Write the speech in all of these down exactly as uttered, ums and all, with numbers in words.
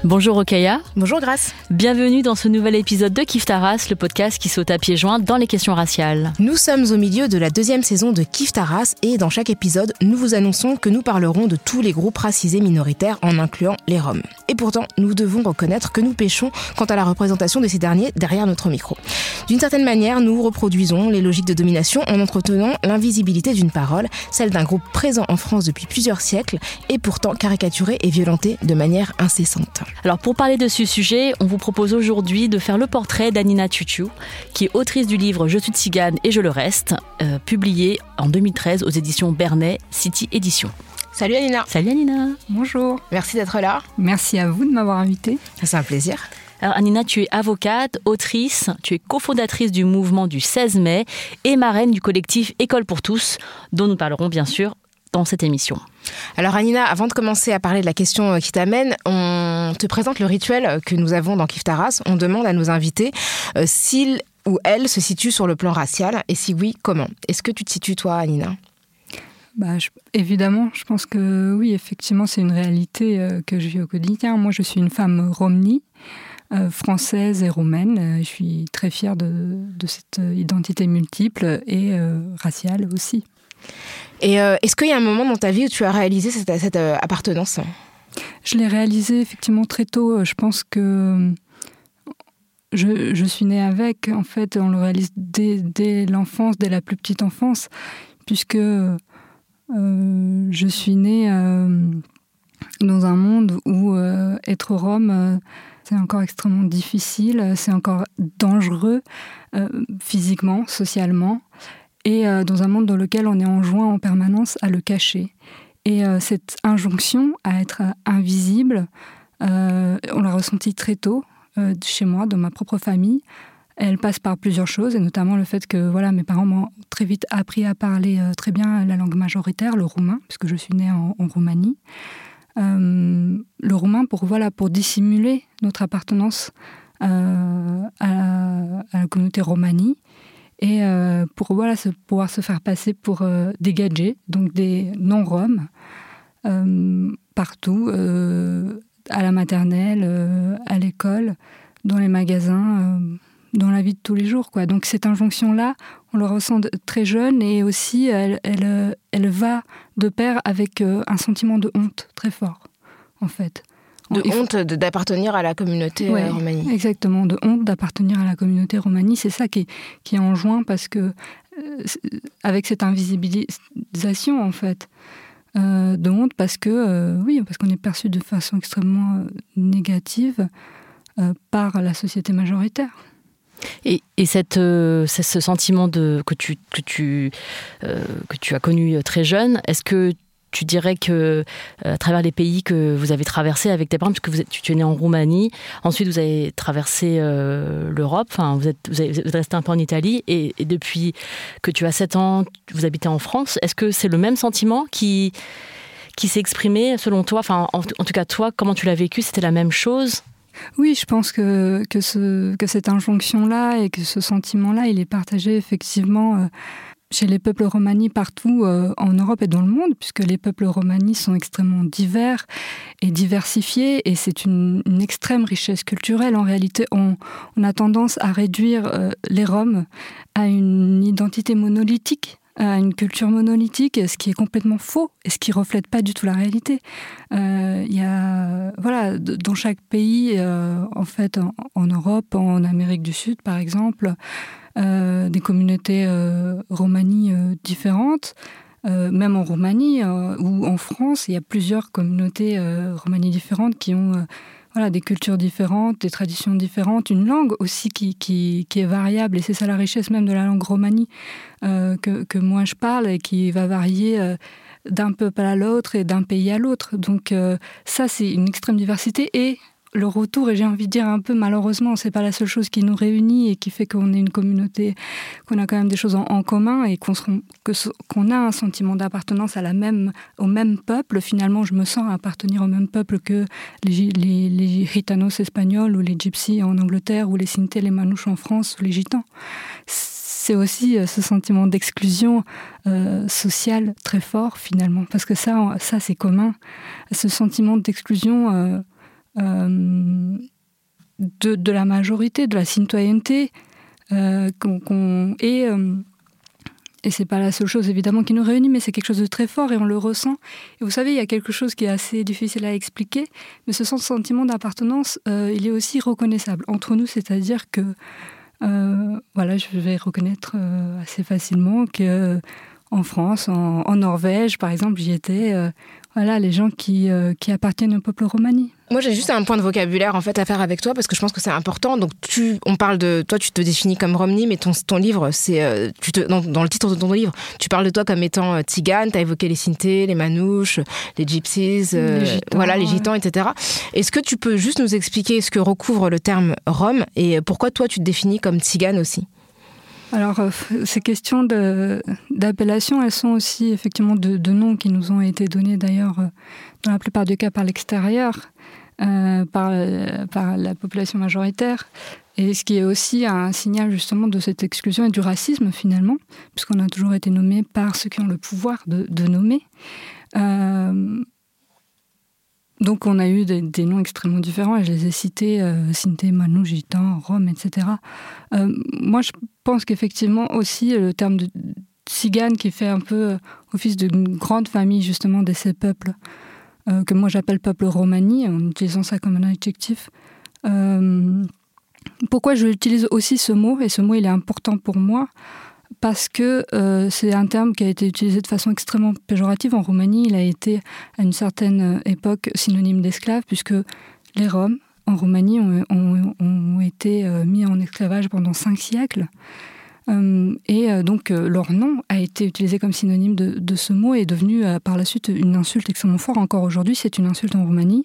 Bonjour Rokhaya. Bonjour Grace. Bienvenue dans ce nouvel épisode de Kif Taras, le podcast qui saute à pieds joints dans les questions raciales. Nous sommes au milieu de la deuxième saison de Kif Taras et dans chaque épisode, nous vous annonçons que nous parlerons de tous les groupes racisés minoritaires en incluant les Roms. Et pourtant, nous devons reconnaître que nous péchons quant à la représentation de ces derniers derrière notre micro. D'une certaine manière, nous reproduisons les logiques de domination en entretenant l'invisibilité d'une parole, celle d'un groupe présent en France depuis plusieurs siècles et pourtant caricaturé et violenté de manière incessante. Alors pour parler de ce sujet, on vous propose aujourd'hui de faire le portrait d'Hanina Tutu, qui est autrice du livre « Je suis tzigane et je le reste euh, », publié en deux mille treize aux éditions Bernet, City Éditions. Salut Hanina. Salut Hanina. Bonjour. Merci d'être là. Merci à vous de m'avoir invitée. C'est un plaisir. Alors Hanina, tu es avocate, autrice, tu es cofondatrice du mouvement du seize mai et marraine du collectif École pour tous, dont nous parlerons bien sûr dans cette émission. Alors Hanina, avant de commencer à parler de la question qui t'amène, on te présente le rituel que nous avons dans Kif Taras. On demande à nos invités euh, s'ils ou elles se situent sur le plan racial et si oui, comment. Est-ce que tu te situes toi, Hanina ? Bah, je, évidemment, je pense que oui, effectivement, c'est une réalité euh, que je vis au quotidien. Moi, je suis une femme romnie, euh, française et roumaine. Euh, je suis très fière de, de cette identité multiple et euh, raciale aussi. Et euh, est-ce qu'il y a un moment dans ta vie où tu as réalisé cette, cette euh, appartenance ? Je l'ai réalisé effectivement très tôt. Je pense que je, je suis née avec. En fait, on le réalise dès, dès l'enfance, dès la plus petite enfance, puisque euh, je suis née euh, dans un monde où euh, être rome, euh, c'est encore extrêmement difficile, c'est encore dangereux euh, physiquement, socialement. Et euh, dans un monde dans lequel on est enjoint en permanence à le cacher. Et euh, cette injonction à être invisible, euh, on l'a ressentie très tôt, euh, chez moi, dans ma propre famille. Elle passe par plusieurs choses, et notamment le fait que voilà, mes parents m'ont très vite appris à parler euh, très bien la langue majoritaire, le roumain, puisque je suis née en, en Roumanie. Euh, le roumain pour, voilà, pour dissimuler notre appartenance euh, à, la, à la communauté romanie. Et euh, pour voilà, se, pouvoir se faire passer pour euh, des gadgets, donc des non-roms, euh, partout, euh, à la maternelle, euh, à l'école, dans les magasins, euh, dans la vie de tous les jours, quoi. Donc cette injonction-là, on le ressent de, très jeune et aussi elle, elle, elle va de pair avec euh, un sentiment de honte très fort, en fait. De Il honte faut... d'appartenir à la communauté ouais, romanie. Exactement, de honte d'appartenir à la communauté romanie. C'est ça qui est, qui est enjoint parce que, euh, avec cette invisibilisation, en fait, euh, de honte parce que, euh, oui, parce qu'on est perçu de façon extrêmement euh, négative euh, par la société majoritaire. Et, et cette, euh, c'est ce sentiment de, que, tu, que, tu, euh, que tu as connu très jeune, est-ce que tu dirais que, à travers les pays que vous avez traversés avec tes parents, puisque vous êtes, tu es né en Roumanie, ensuite vous avez traversé euh, l'Europe, enfin, vous, êtes, vous, avez, vous êtes resté un peu en Italie, et, et depuis que tu as sept ans, vous habitez en France. Est-ce que c'est le même sentiment qui, qui s'est exprimé selon toi, enfin, en, en tout cas toi, comment tu l'as vécu, c'était la même chose ? Oui, je pense que, que, ce, que cette injonction-là et que ce sentiment-là, il est partagé effectivement... Euh, chez les peuples romani partout euh, en Europe et dans le monde, puisque les peuples romani sont extrêmement divers et diversifiés, et c'est une, une extrême richesse culturelle. En réalité, on, on a tendance à réduire euh, les Roms à une identité monolithique, à une culture monolithique, ce qui est complètement faux et ce qui reflète pas du tout la réalité. Euh, y a, voilà, dans chaque pays, euh, en fait, en, en Europe, en Amérique du Sud, par exemple, Euh, des communautés euh, romanies euh, différentes, euh, même en Roumanie euh, ou en France, il y a plusieurs communautés euh, romanies différentes qui ont euh, voilà, des cultures différentes, des traditions différentes, une langue aussi qui, qui, qui est variable, et c'est ça la richesse même de la langue romanie euh, que, que moi je parle et qui va varier euh, d'un peuple à l'autre et d'un pays à l'autre. Donc euh, ça, c'est une extrême diversité et le retour, et j'ai envie de dire un peu malheureusement, c'est pas la seule chose qui nous réunit et qui fait qu'on est une communauté, qu'on a quand même des choses en, en commun et qu'on, se, que, qu'on a un sentiment d'appartenance à la même, au même peuple. Finalement, je me sens appartenir au même peuple que les, les, les gitanos espagnols ou les gypsies en Angleterre ou les Sinti, les Manouches en France ou les gitans. C'est aussi ce sentiment d'exclusion euh, sociale très fort finalement, parce que ça, ça c'est commun, ce sentiment d'exclusion euh, euh, de, de la majorité, de la citoyenneté, euh, qu'on, qu'on, et, euh, et c'est pas la seule chose évidemment qui nous réunit, mais c'est quelque chose de très fort et on le ressent. Et vous savez, il y a quelque chose qui est assez difficile à expliquer, mais ce sentiment d'appartenance, euh, il est aussi reconnaissable entre nous, c'est-à-dire que euh, voilà, je vais reconnaître euh, assez facilement que en France, en, en Norvège, par exemple, j'y étais. Euh, voilà, les gens qui, euh, qui appartiennent au peuple romani. Moi, j'ai juste un point de vocabulaire en fait à faire avec toi parce que je pense que c'est important. Donc, tu, on parle de toi, tu te définis comme Romni, mais ton, ton livre, c'est, euh, tu te, dans, dans le titre de ton livre, tu parles de toi comme étant euh, tzigane. T'as évoqué les Sintés, les Manouches, les Gypsies, euh, les gitans, voilà, les gitans, ouais. et cetera. Est-ce que tu peux juste nous expliquer ce que recouvre le terme Rome et pourquoi toi tu te définis comme tzigane aussi? Alors, euh, ces questions de, d'appellation, elles sont aussi effectivement de, de noms qui nous ont été donnés d'ailleurs, euh, dans la plupart des cas par l'extérieur, euh, par, euh, par la population majoritaire, et ce qui est aussi un signal justement de cette exclusion et du racisme finalement, puisqu'on a toujours été nommé par ceux qui ont le pouvoir de, de nommer. Euh, Donc on a eu des, des noms extrêmement différents, et je les ai cités, euh, Sinté, Manou, Gitan, Rome, et cetera. Euh, moi je pense qu'effectivement aussi le terme de tzigane qui fait un peu office d'une grande famille justement de ces peuples, euh, que moi j'appelle peuple romani, en utilisant ça comme un adjectif. Euh, pourquoi je utilise aussi ce mot, et ce mot il est important pour moi, parce que euh, c'est un terme qui a été utilisé de façon extrêmement péjorative en Roumanie. Il a été, à une certaine époque, synonyme d'esclave, puisque les Roms, en Roumanie, ont, ont, ont été mis en esclavage pendant cinq siècles. Euh, et donc, euh, leur nom a été utilisé comme synonyme de, de ce mot et est devenu, euh, par la suite, une insulte extrêmement forte. Encore aujourd'hui, c'est une insulte en Roumanie.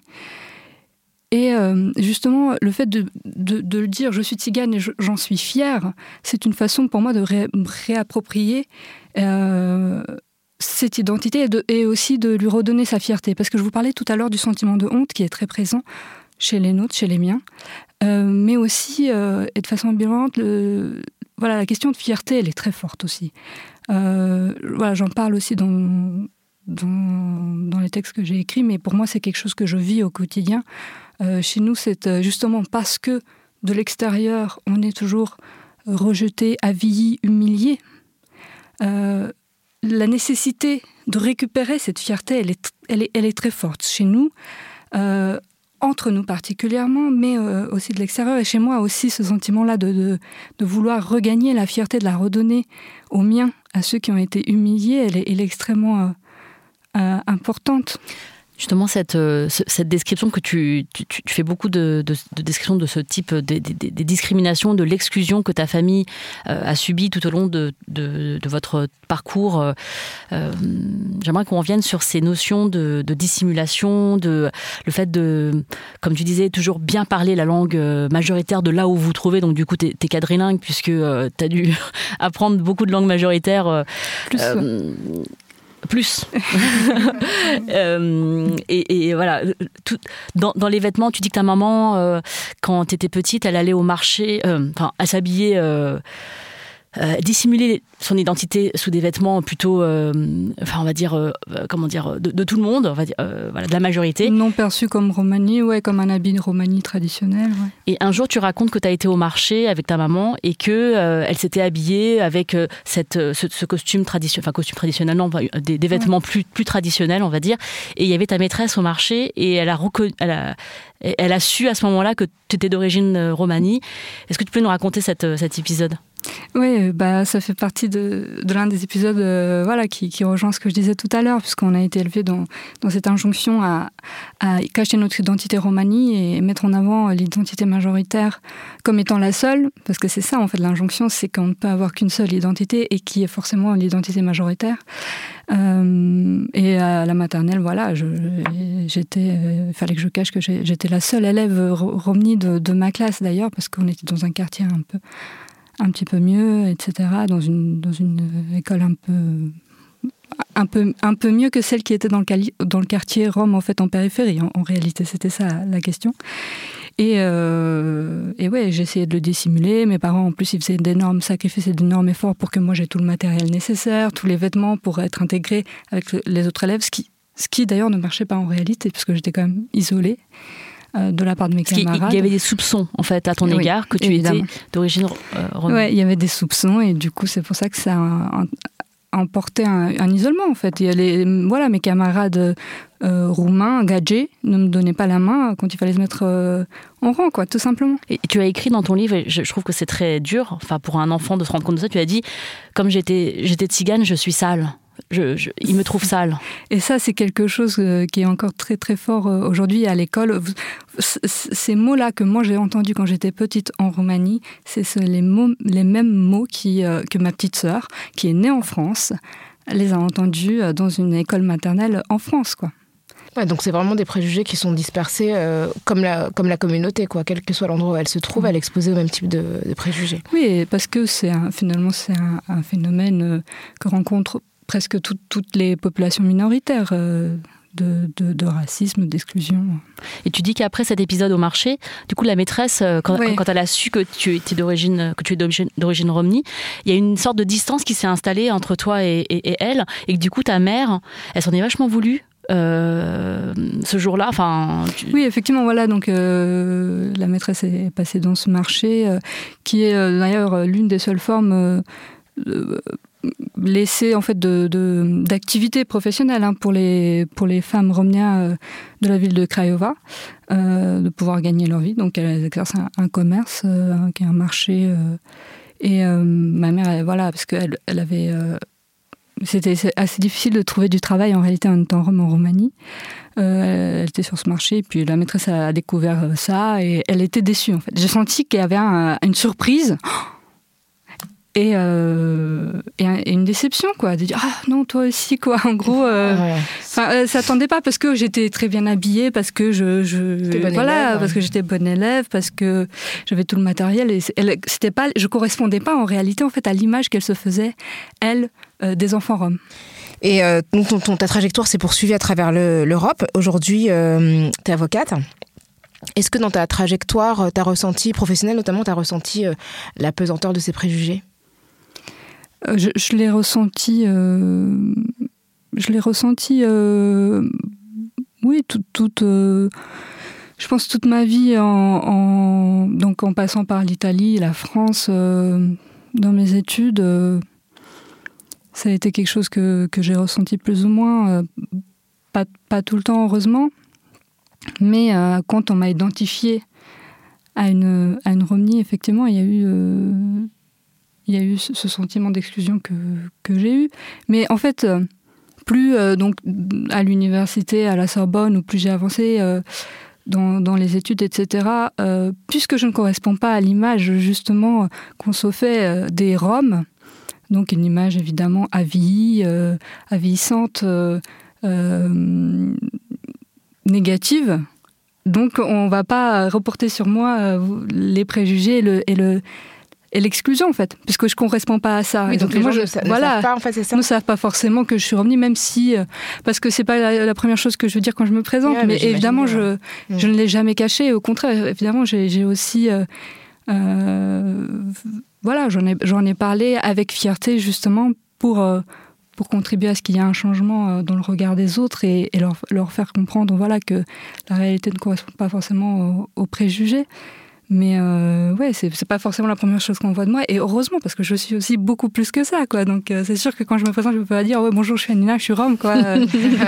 Et euh, justement, le fait de, de, de le dire « je suis tzigane et je, j'en suis fière », c'est une façon pour moi de ré, réapproprier euh, cette identité et, de, et aussi de lui redonner sa fierté. Parce que je vous parlais tout à l'heure du sentiment de honte qui est très présent chez les nôtres, chez les miens, euh, mais aussi, euh, et de façon ambivalente, le, voilà, la question de fierté, elle est très forte aussi. Euh, voilà, j'en parle aussi dans, dans, dans les textes que j'ai écrits, mais pour moi, c'est quelque chose que je vis au quotidien. Euh, chez nous, c'est justement parce que de l'extérieur, on est toujours rejeté, avilli, humilié. Euh, la nécessité de récupérer cette fierté, elle est, elle est, elle est très forte chez nous, euh, entre nous particulièrement, mais euh, aussi de l'extérieur. Et chez moi aussi, ce sentiment-là de, de, de vouloir regagner la fierté, de la redonner aux miens, à ceux qui ont été humiliés, elle est, elle est extrêmement euh, euh, importante. Justement, cette, euh, cette description que tu, tu, tu fais beaucoup de, de, de descriptions de ce type, des, des, des discriminations, de l'exclusion que ta famille euh, a subie tout au long de, de, de votre parcours. Euh, j'aimerais qu'on revienne sur ces notions de, de dissimulation, de, le fait de, comme tu disais, toujours bien parler la langue majoritaire de là où vous vous trouvez. Donc du coup, tu es quadrilingue puisque euh, tu as dû apprendre beaucoup de langues majoritaires. Euh, Plus. Euh, Plus. euh, et, et voilà. Tout, dans, dans les vêtements, tu dis que ta maman, euh, quand tu étais petite, elle allait au marché, euh, enfin, elle s'habillait, euh, euh, dissimuler son identité sous des vêtements plutôt, euh, enfin, on va dire, euh, comment dire, de, de tout le monde, on va dire, euh, voilà, de la majorité. Non perçu comme Romani, ouais, comme un habit de Romani traditionnel. Ouais. Et un jour, tu racontes que tu as été au marché avec ta maman et que euh, elle s'était habillée avec euh, cette, ce, ce costume traditionnel, enfin costume traditionnel, non, des, des vêtements ouais. plus, plus traditionnels, on va dire. Et il y avait ta maîtresse au marché et elle a reconnu, elle a, elle a su à ce moment-là que tu étais d'origine Romani. Est-ce que tu peux nous raconter cette, cet épisode ? Oui, bah, ça fait partie de, de l'un des épisodes euh, voilà, qui, qui rejoint ce que je disais tout à l'heure, puisqu'on a été élevé dans, dans cette injonction à, à cacher notre identité romani et mettre en avant l'identité majoritaire comme étant la seule, parce que c'est ça, en fait, l'injonction, c'est qu'on ne peut avoir qu'une seule identité et qui est forcément l'identité majoritaire. Euh, et à la maternelle, voilà, je, j'étais, euh, il fallait que je cache que j'étais la seule élève romani de, de ma classe, d'ailleurs, parce qu'on était dans un quartier un peu... un petit peu mieux, et cetera, dans une, dans une école un peu, un, peu, un peu mieux que celle qui était dans le, cali, dans le quartier Rome, en fait, en périphérie. En, en réalité, c'était ça la question. Et, euh, et ouais, j'essayais de le dissimuler. Mes parents, en plus, ils faisaient d'énormes sacrifices et d'énormes efforts pour que moi, j'ai tout le matériel nécessaire, tous les vêtements pour être intégrée avec les autres élèves, ce qui, ce qui d'ailleurs ne marchait pas en réalité, puisque j'étais quand même isolée. euh, de la part de mes Parce camarades. Il y avait des soupçons, en fait, à ton oui, égard, que tu évidemment. étais d'origine euh, romaine. Oui, il y avait des soupçons, et du coup, c'est pour ça que ça a emporté un, un isolement, en fait. Il y a les, voilà, mes camarades euh, roumains, gadgets, ne me donnaient pas la main quand il fallait se mettre euh, en rang, quoi, tout simplement. Et tu as écrit dans ton livre, et je, je trouve que c'est très dur, enfin, pour un enfant de se rendre compte de ça, tu as dit, comme j'étais, j'étais tzigane, je suis sale. Je, je, il me trouve sale. Et ça, c'est quelque chose euh, qui est encore très très fort euh, aujourd'hui à l'école. C- ces mots-là que moi j'ai entendus quand j'étais petite en Roumanie, c'est ce, les, mots, les mêmes mots qui, euh, que ma petite sœur, qui est née en France, les a entendus euh, dans une école maternelle en France, quoi. Ouais, donc c'est vraiment des préjugés qui sont dispersés euh, comme, la, comme la communauté, quoi. Quel que soit l'endroit où elle se trouve, elle est exposée au même type de, de préjugés. Oui, parce que c'est un, finalement c'est un, un phénomène euh, que rencontrent presque tout, toutes les populations minoritaires euh, de, de, de racisme, d'exclusion. Et tu dis qu'après cet épisode au marché, du coup la maîtresse, quand, oui. quand elle a su que tu étais d'origine, que tu es d'origine, d'origine romnie, il y a une sorte de distance qui s'est installée entre toi et, et, et elle, et que du coup ta mère, elle s'en est vachement voulu. Euh, ce jour-là, enfin. Tu... Oui, effectivement, voilà. Donc, euh, la maîtresse est passée dans ce marché, euh, qui est euh, d'ailleurs l'une des seules formes euh, euh, laissées en fait de, de d'activité professionnelle hein, pour les pour les femmes romnias euh, de la ville de Craiova, euh, de pouvoir gagner leur vie. Donc, elles exercent un, un commerce, euh, un, qui est un marché. Euh, et euh, ma mère, elle, voilà, parce qu'elle elle avait euh, C'était assez difficile de trouver du travail en réalité en étant rome en Roumanie. Euh, elle était sur ce marché, et puis la maîtresse a découvert ça et elle était déçue en fait. J'ai senti qu'il y avait un, une surprise et, euh, et, un, et une déception quoi, de dire ah non toi aussi quoi. En gros, euh, ouais. Elle s'attendait pas parce que j'étais très bien habillée, parce que je, je voilà, élève, parce ouais. que j'étais bonne élève, parce que j'avais tout le matériel et elle, c'était pas, je correspondais pas en réalité en fait à l'image qu'elle se faisait elle. Euh, des enfants roms. Et euh, donc ton, ton, ta trajectoire s'est poursuivie à travers le, l'Europe. Aujourd'hui, euh, tu es avocate. Est-ce que dans ta trajectoire, tu as ressenti, professionnelle notamment, tu as ressenti euh, la pesanteur de ces préjugés ? euh, je, je l'ai ressenti... Euh, je l'ai ressenti... Euh, oui, toute... toute euh, je pense toute ma vie, en, en, donc en passant par l'Italie, la France, euh, dans mes études... Euh, ça a été quelque chose que, que j'ai ressenti plus ou moins, euh, pas, pas tout le temps heureusement, mais euh, quand on m'a identifié à une, à une Romnie, effectivement, il y a eu, euh, il y a eu ce, ce sentiment d'exclusion que, que j'ai eu. Mais en fait, euh, plus euh, donc, à l'université, à la Sorbonne, ou plus j'ai avancé euh, dans, dans les études, et cetera, euh, puisque je ne corresponds pas à l'image justement qu'on se fait euh, des Roms, donc une image évidemment avilie, euh, avilissante, euh, euh, négative. Donc on ne va pas reporter sur moi euh, les préjugés et, le, et, le, et l'exclusion en fait, puisque je ne corresponds pas à ça. Oui, donc, donc les moi, gens je, ne, voilà, ne savent pas en fait, c'est ça. Ne savent pas forcément que je suis romnie, même si, euh, parce que ce n'est pas la, la première chose que je veux dire quand je me présente, ouais, mais, mais évidemment je, mmh. je ne l'ai jamais caché. Au contraire, évidemment j'ai, j'ai aussi... Euh, euh, Voilà, j'en ai, j'en ai parlé avec fierté justement pour, euh, pour contribuer à ce qu'il y ait un changement euh, dans le regard des autres et, et leur, leur faire comprendre voilà, que la réalité ne correspond pas forcément aux, aux préjugés. Mais euh, ouais, c'est, c'est pas forcément la première chose qu'on voit de moi. Et heureusement, parce que je suis aussi beaucoup plus que ça, quoi. Donc euh, c'est sûr que quand je me présente, je peux pas dire ouais, bonjour, je suis Anina, je suis rome, quoi. c'est...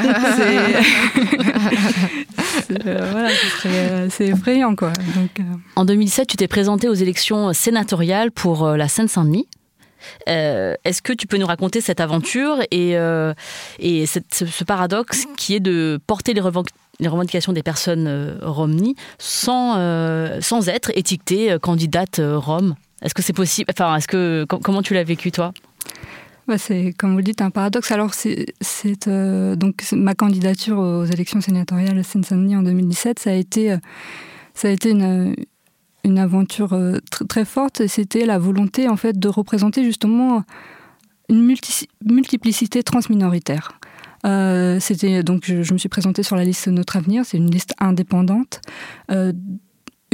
c'est, euh, voilà, ce serait, c'est effrayant, quoi. Donc, euh... En deux mille sept, tu t'es présentée aux élections sénatoriales pour la Seine-Saint-Denis. Euh, est-ce que tu peux nous raconter cette aventure et, euh, et cette, ce, ce paradoxe qui est de porter les revendications les revendications des personnes euh, romnies sans, euh, sans être étiquetée euh, candidate euh, rome. Est-ce que c'est possible ? Enfin, est-ce que, com- comment tu l'as vécu, toi ? Ouais, c'est, comme vous le dites, un paradoxe. Alors, c'est, c'est, euh, donc, c'est ma candidature aux élections sénatoriales à Seine-Saint-Denis en deux mille dix-sept, ça a été, euh, ça a été une, une aventure euh, tr- très forte. Et c'était la volonté, en fait, de représenter justement une multi- multiplicité transminoritaire. Euh, c'était, donc, je, je me suis présentée sur la liste Notre Avenir, c'est une liste indépendante, euh,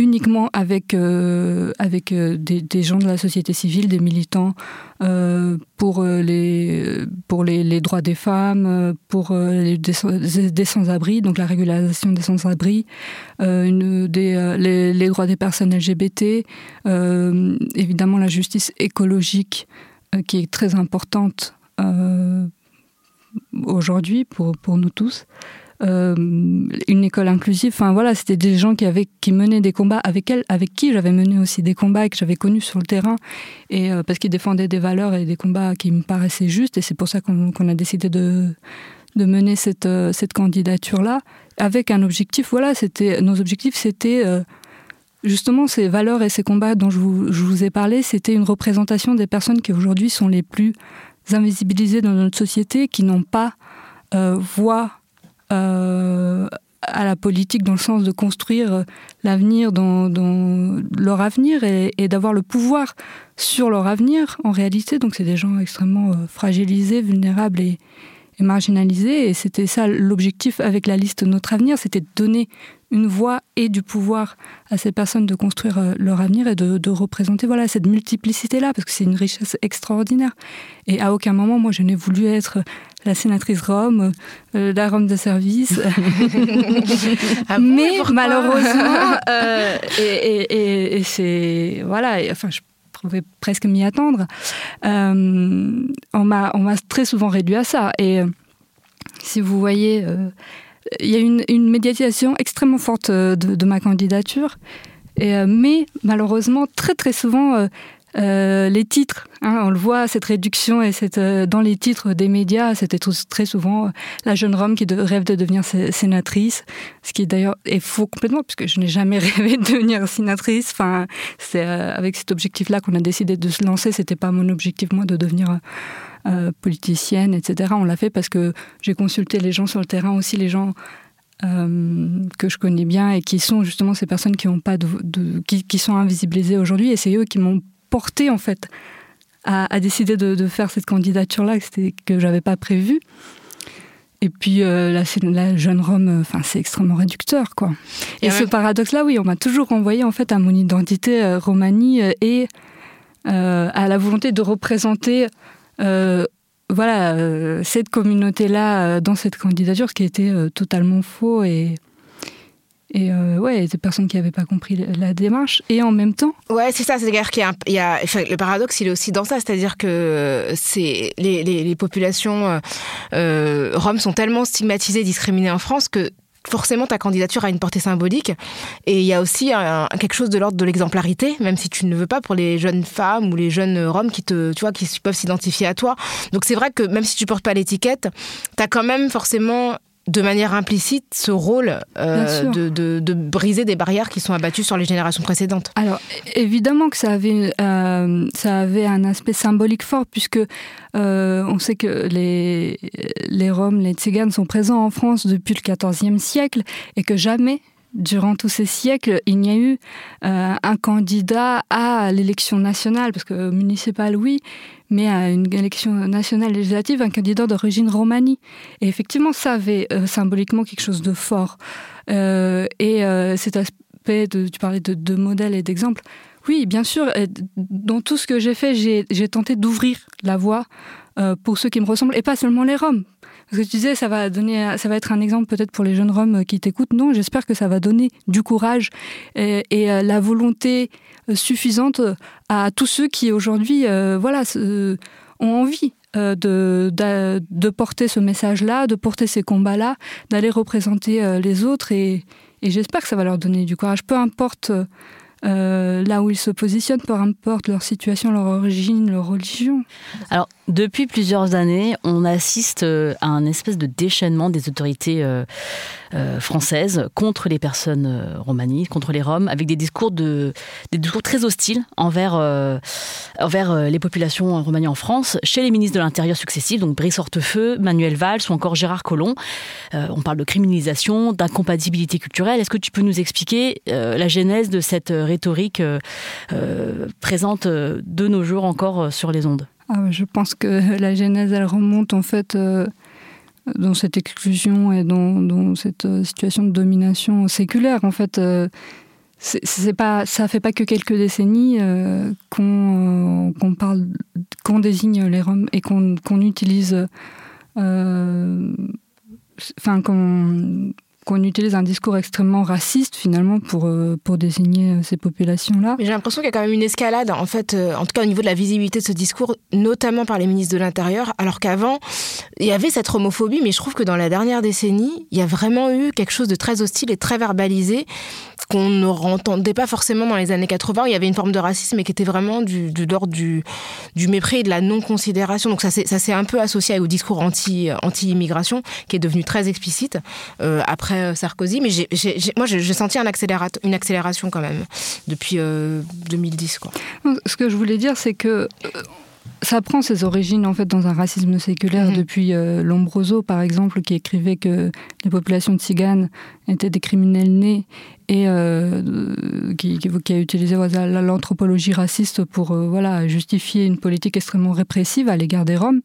uniquement avec, euh, avec euh, des, des gens de la société civile, des militants euh, pour, les, pour les, les droits des femmes, pour les, des, des sans-abri, donc la régularisation des sans-abri, euh, une, des, euh, les, les droits des personnes L G B T, euh, évidemment la justice écologique euh, qui est très importante euh, aujourd'hui pour, pour nous tous. Euh, une école inclusive, enfin voilà, c'était des gens qui avaient qui menaient des combats avec elle, avec qui j'avais mené aussi des combats et que j'avais connus sur le terrain, et euh, parce qu'ils défendaient des valeurs et des combats qui me paraissaient justes, et c'est pour ça qu'on, qu'on a décidé de de mener cette euh, cette candidature là avec un objectif. Voilà, c'était nos objectifs, c'était euh, justement ces valeurs et ces combats dont je vous je vous ai parlé, c'était une représentation des personnes qui aujourd'hui sont les plus invisibilisées dans notre société, qui n'ont pas euh, voix Euh, à la politique dans le sens de construire l'avenir, dans, dans leur avenir, et, et d'avoir le pouvoir sur leur avenir en réalité. Donc c'est des gens extrêmement euh, fragilisés, vulnérables et, et marginalisés, et c'était ça l'objectif avec la liste Notre Avenir, c'était de donner une voix et du pouvoir à ces personnes de construire euh, leur avenir et de, de représenter voilà, cette multiplicité-là, parce que c'est une richesse extraordinaire. Et à aucun moment, moi, je n'ai voulu être la sénatrice Rome, euh, la Rome de service. ah bon, mais malheureusement, euh, et, et, et, et c'est... Voilà, et, enfin, je pouvais presque m'y attendre. Euh, on, m'a, on m'a très souvent réduit à ça. Et euh, si vous voyez... Euh, il y a une, une médiatisation extrêmement forte de, de ma candidature, et, euh, mais malheureusement, très très souvent, euh, euh, les titres, hein, on le voit, cette réduction, et cette, euh, dans les titres des médias, c'était très souvent euh, la jeune Rome qui de, rêve de devenir sénatrice, ce qui d'ailleurs est faux complètement, puisque je n'ai jamais rêvé de devenir sénatrice. Enfin, c'est euh, avec cet objectif-là qu'on a décidé de se lancer, c'était pas mon objectif, moi, de devenir... Euh, Euh, politicienne, et cetera. On l'a fait parce que j'ai consulté les gens sur le terrain, aussi les gens euh, que je connais bien et qui sont justement ces personnes qui ont pas de, de qui, qui sont invisibilisées aujourd'hui, et c'est eux qui m'ont porté en fait à, à décider de, de faire cette candidature-là que, c'était, que j'avais pas prévue. Et puis euh, la, la jeune Rome, enfin c'est extrêmement réducteur, quoi. Et, et ce même... paradoxe-là, oui, on m'a toujours renvoyé en fait à mon identité euh, romanie euh, et euh, à la volonté de représenter Euh, voilà, euh, cette communauté-là euh, dans cette candidature, ce qui était euh, totalement faux, et, et euh, ouais, des personnes qui n'avaient pas compris la démarche, et en même temps... Ouais, c'est ça, c'est-à-dire qu'il y a, un, il y a enfin, le paradoxe, il est aussi dans ça, c'est-à-dire que c'est, les, les, les populations euh, roms sont tellement stigmatisées, discriminées en France que forcément ta candidature a une portée symbolique, et il y a aussi un, quelque chose de l'ordre de l'exemplarité, même si tu ne le veux pas, pour les jeunes femmes ou les jeunes roms qui te, tu vois, qui peuvent s'identifier à toi. Donc c'est vrai que même si tu portes pas l'étiquette, tu as quand même forcément de manière implicite ce rôle euh, de, de, de briser des barrières qui sont abattues sur les générations précédentes. Alors évidemment que ça avait, euh, ça avait un aspect symbolique fort, puisque euh, on sait que les, les Roms, les Tziganes sont présents en France depuis le quatorzième siècle, et que jamais, durant tous ces siècles, il n'y a eu euh, un candidat à l'élection nationale, parce que municipale, oui, mais à une élection nationale législative, un candidat d'origine romanie. Et effectivement, ça avait euh, symboliquement quelque chose de fort. Euh, et euh, cet aspect, de, tu parlais de, de modèle et d'exemple, oui, bien sûr, dans tout ce que j'ai fait, j'ai, j'ai tenté d'ouvrir la voie euh, pour ceux qui me ressemblent, et pas seulement les Roms. Parce que tu disais, ça va, donner, ça va être un exemple peut-être pour les jeunes Roms qui t'écoutent. Non, j'espère que ça va donner du courage et, et euh, la volonté suffisante à tous ceux qui aujourd'hui euh, voilà, euh, ont envie euh, de, de, de porter ce message-là, de porter ces combats-là, d'aller représenter euh, les autres. Et, et j'espère que ça va leur donner du courage. Peu importe euh, là où ils se positionnent, peu importe leur situation, leur origine, leur religion. Alors, depuis plusieurs années, on assiste à un espèce de déchaînement des autorités euh, euh, françaises contre les personnes euh, romanies, contre les Roms, avec des discours, de, des discours très hostiles envers, euh, envers euh, les populations romanies en France, chez les ministres de l'Intérieur successifs, donc Brice Hortefeux, Manuel Valls ou encore Gérard Collomb. Euh, on parle de criminalisation, d'incompatibilité culturelle. Est-ce que tu peux nous expliquer euh, la genèse de cette rhétorique euh, euh, présente de nos jours encore sur les ondes ? Ah, je pense que la genèse, elle remonte en fait euh, dans cette exclusion et dans, dans cette euh, situation de domination séculaire. En fait, euh, c'est, c'est pas, ça fait pas que quelques décennies euh, qu'on, euh, qu'on parle, qu'on désigne les Roms et qu'on, qu'on utilise, euh, enfin qu'on qu'on utilise un discours extrêmement raciste finalement pour, euh, pour désigner ces populations-là. Mais j'ai l'impression qu'il y a quand même une escalade, en fait, euh, en tout cas au niveau de la visibilité de ce discours, notamment par les ministres de l'Intérieur, alors qu'avant, il y avait cette homophobie, mais je trouve que dans la dernière décennie, il y a vraiment eu quelque chose de très hostile et très verbalisé qu'on ne entendait pas forcément dans les années quatre-vingts. Il y avait une forme de racisme, mais qui était vraiment du, de l'ordre du, du mépris et de la non-considération. Donc ça s'est, ça s'est un peu associé au discours anti, anti-immigration, qui est devenu très explicite euh, après Sarkozy. Mais j'ai, j'ai, j'ai, moi, j'ai, j'ai senti un accélérat, une accélération quand même, depuis euh, deux mille dix. Quoi. Ce que je voulais dire, c'est que... Euh, ça prend ses origines en fait dans un racisme séculaire mmh. depuis euh, Lombroso par exemple, qui écrivait que les populations tziganes étaient des criminels nés et euh, qui, qui, qui a utilisé voilà, l'anthropologie raciste pour euh, voilà, justifier une politique extrêmement répressive à l'égard des Roms.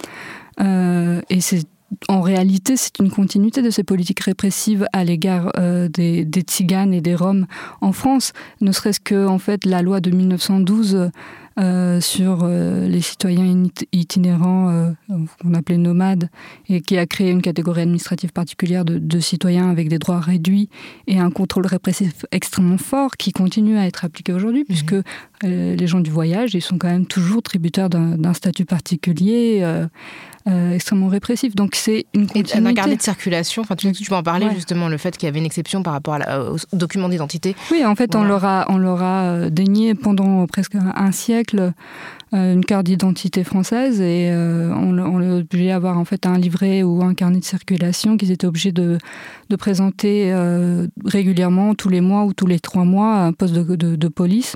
Euh, et c'est En réalité, c'est une continuité de ces politiques répressives à l'égard euh, des, des Tziganes et des Roms en France, ne serait-ce que en fait, la loi de mille neuf cent douze euh, sur euh, les citoyens itinérants, euh, qu'on appelait nomades, et qui a créé une catégorie administrative particulière de, de citoyens avec des droits réduits et un contrôle répressif extrêmement fort qui continue à être appliqué aujourd'hui, mmh. puisque euh, les gens du voyage, ils sont quand même toujours tributaires d'un, d'un statut particulier euh, Euh, extrêmement répressif. Donc c'est une continuité. Et un carnet de circulation, enfin, tu, tu peux en parler ouais. justement, le fait qu'il y avait une exception par rapport à la, aux documents d'identité. Oui, en fait, voilà. on leur a, on leur a dénié pendant presque un, un siècle euh, une carte d'identité française et euh, on, on les obligé d'avoir en fait un livret ou un carnet de circulation qu'ils étaient obligés de, de présenter euh, régulièrement, tous les mois ou tous les trois mois, à un poste de, de, de police.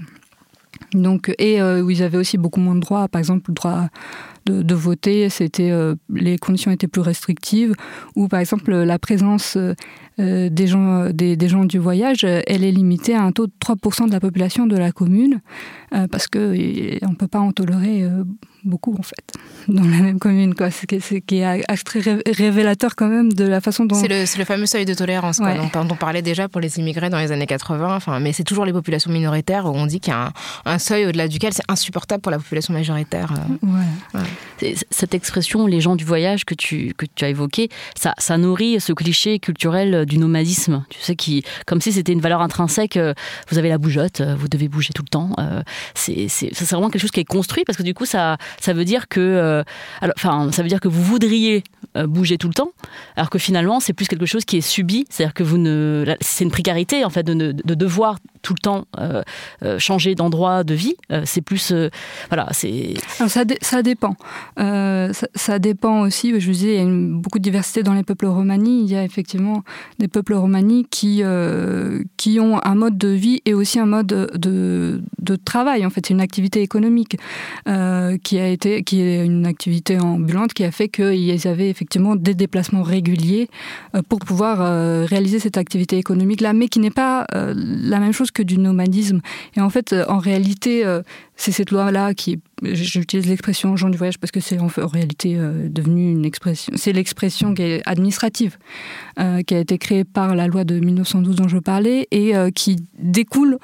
Donc, et euh, où ils avaient aussi beaucoup moins de droits, par exemple le droit de, de voter, c'était, euh, les conditions étaient plus restrictives, ou par exemple la présence euh, des, gens, des, des gens du voyage, elle est limitée à un taux de trois pour cent de la population de la commune, euh, parce qu'on ne peut pas en tolérer euh, beaucoup en fait, dans la même commune, quoi. C'est, c'est qui est très révélateur quand même de la façon dont... C'est le, c'est le fameux seuil de tolérance, quoi, ouais. dont, dont on parlait déjà pour les immigrés dans les années quatre-vingts, enfin, mais c'est toujours les populations minoritaires où on dit qu'il y a un, un seuil au-delà duquel c'est insupportable pour la population majoritaire. Euh, ouais. Ouais. Cette expression, les gens du voyage que tu, que tu as évoquée, ça, ça nourrit ce cliché culturel du nomadisme, tu sais, qui, comme si c'était une valeur intrinsèque, vous avez la bougeotte, vous devez bouger tout le temps. C'est, c'est, c'est vraiment quelque chose qui est construit, parce que du coup, ça, ça veut dire que, euh, alors, enfin, ça veut dire que vous voudriez bouger tout le temps, alors que finalement, c'est plus quelque chose qui est subi, c'est-à-dire que vous ne, c'est une précarité, en fait, de, de devoir tout le temps euh, euh, changer d'endroit de vie. Euh, c'est plus, euh, voilà, c'est... Alors ça, dé- ça dépend. Euh, ça, ça dépend aussi, je vous disais, il y a une, beaucoup de diversité dans les peuples romani. Il y a effectivement des peuples romani qui, euh, qui ont un mode de vie et aussi un mode de, de travail. En fait, c'est une activité économique euh, qui a été, qui est une activité ambulante qui a fait qu'ils avaient effectivement des déplacements réguliers euh, pour pouvoir euh, réaliser cette activité économique-là, mais qui n'est pas euh, la même chose que du nomadisme. Et en fait, en réalité, euh, c'est cette loi-là qui... J'utilise l'expression « gens du voyage » parce que c'est en, en réalité euh, devenu une expression... C'est l'expression qui est administrative, euh, qui a été créée par la loi de mille neuf cent douze dont je parlais et euh, qui découle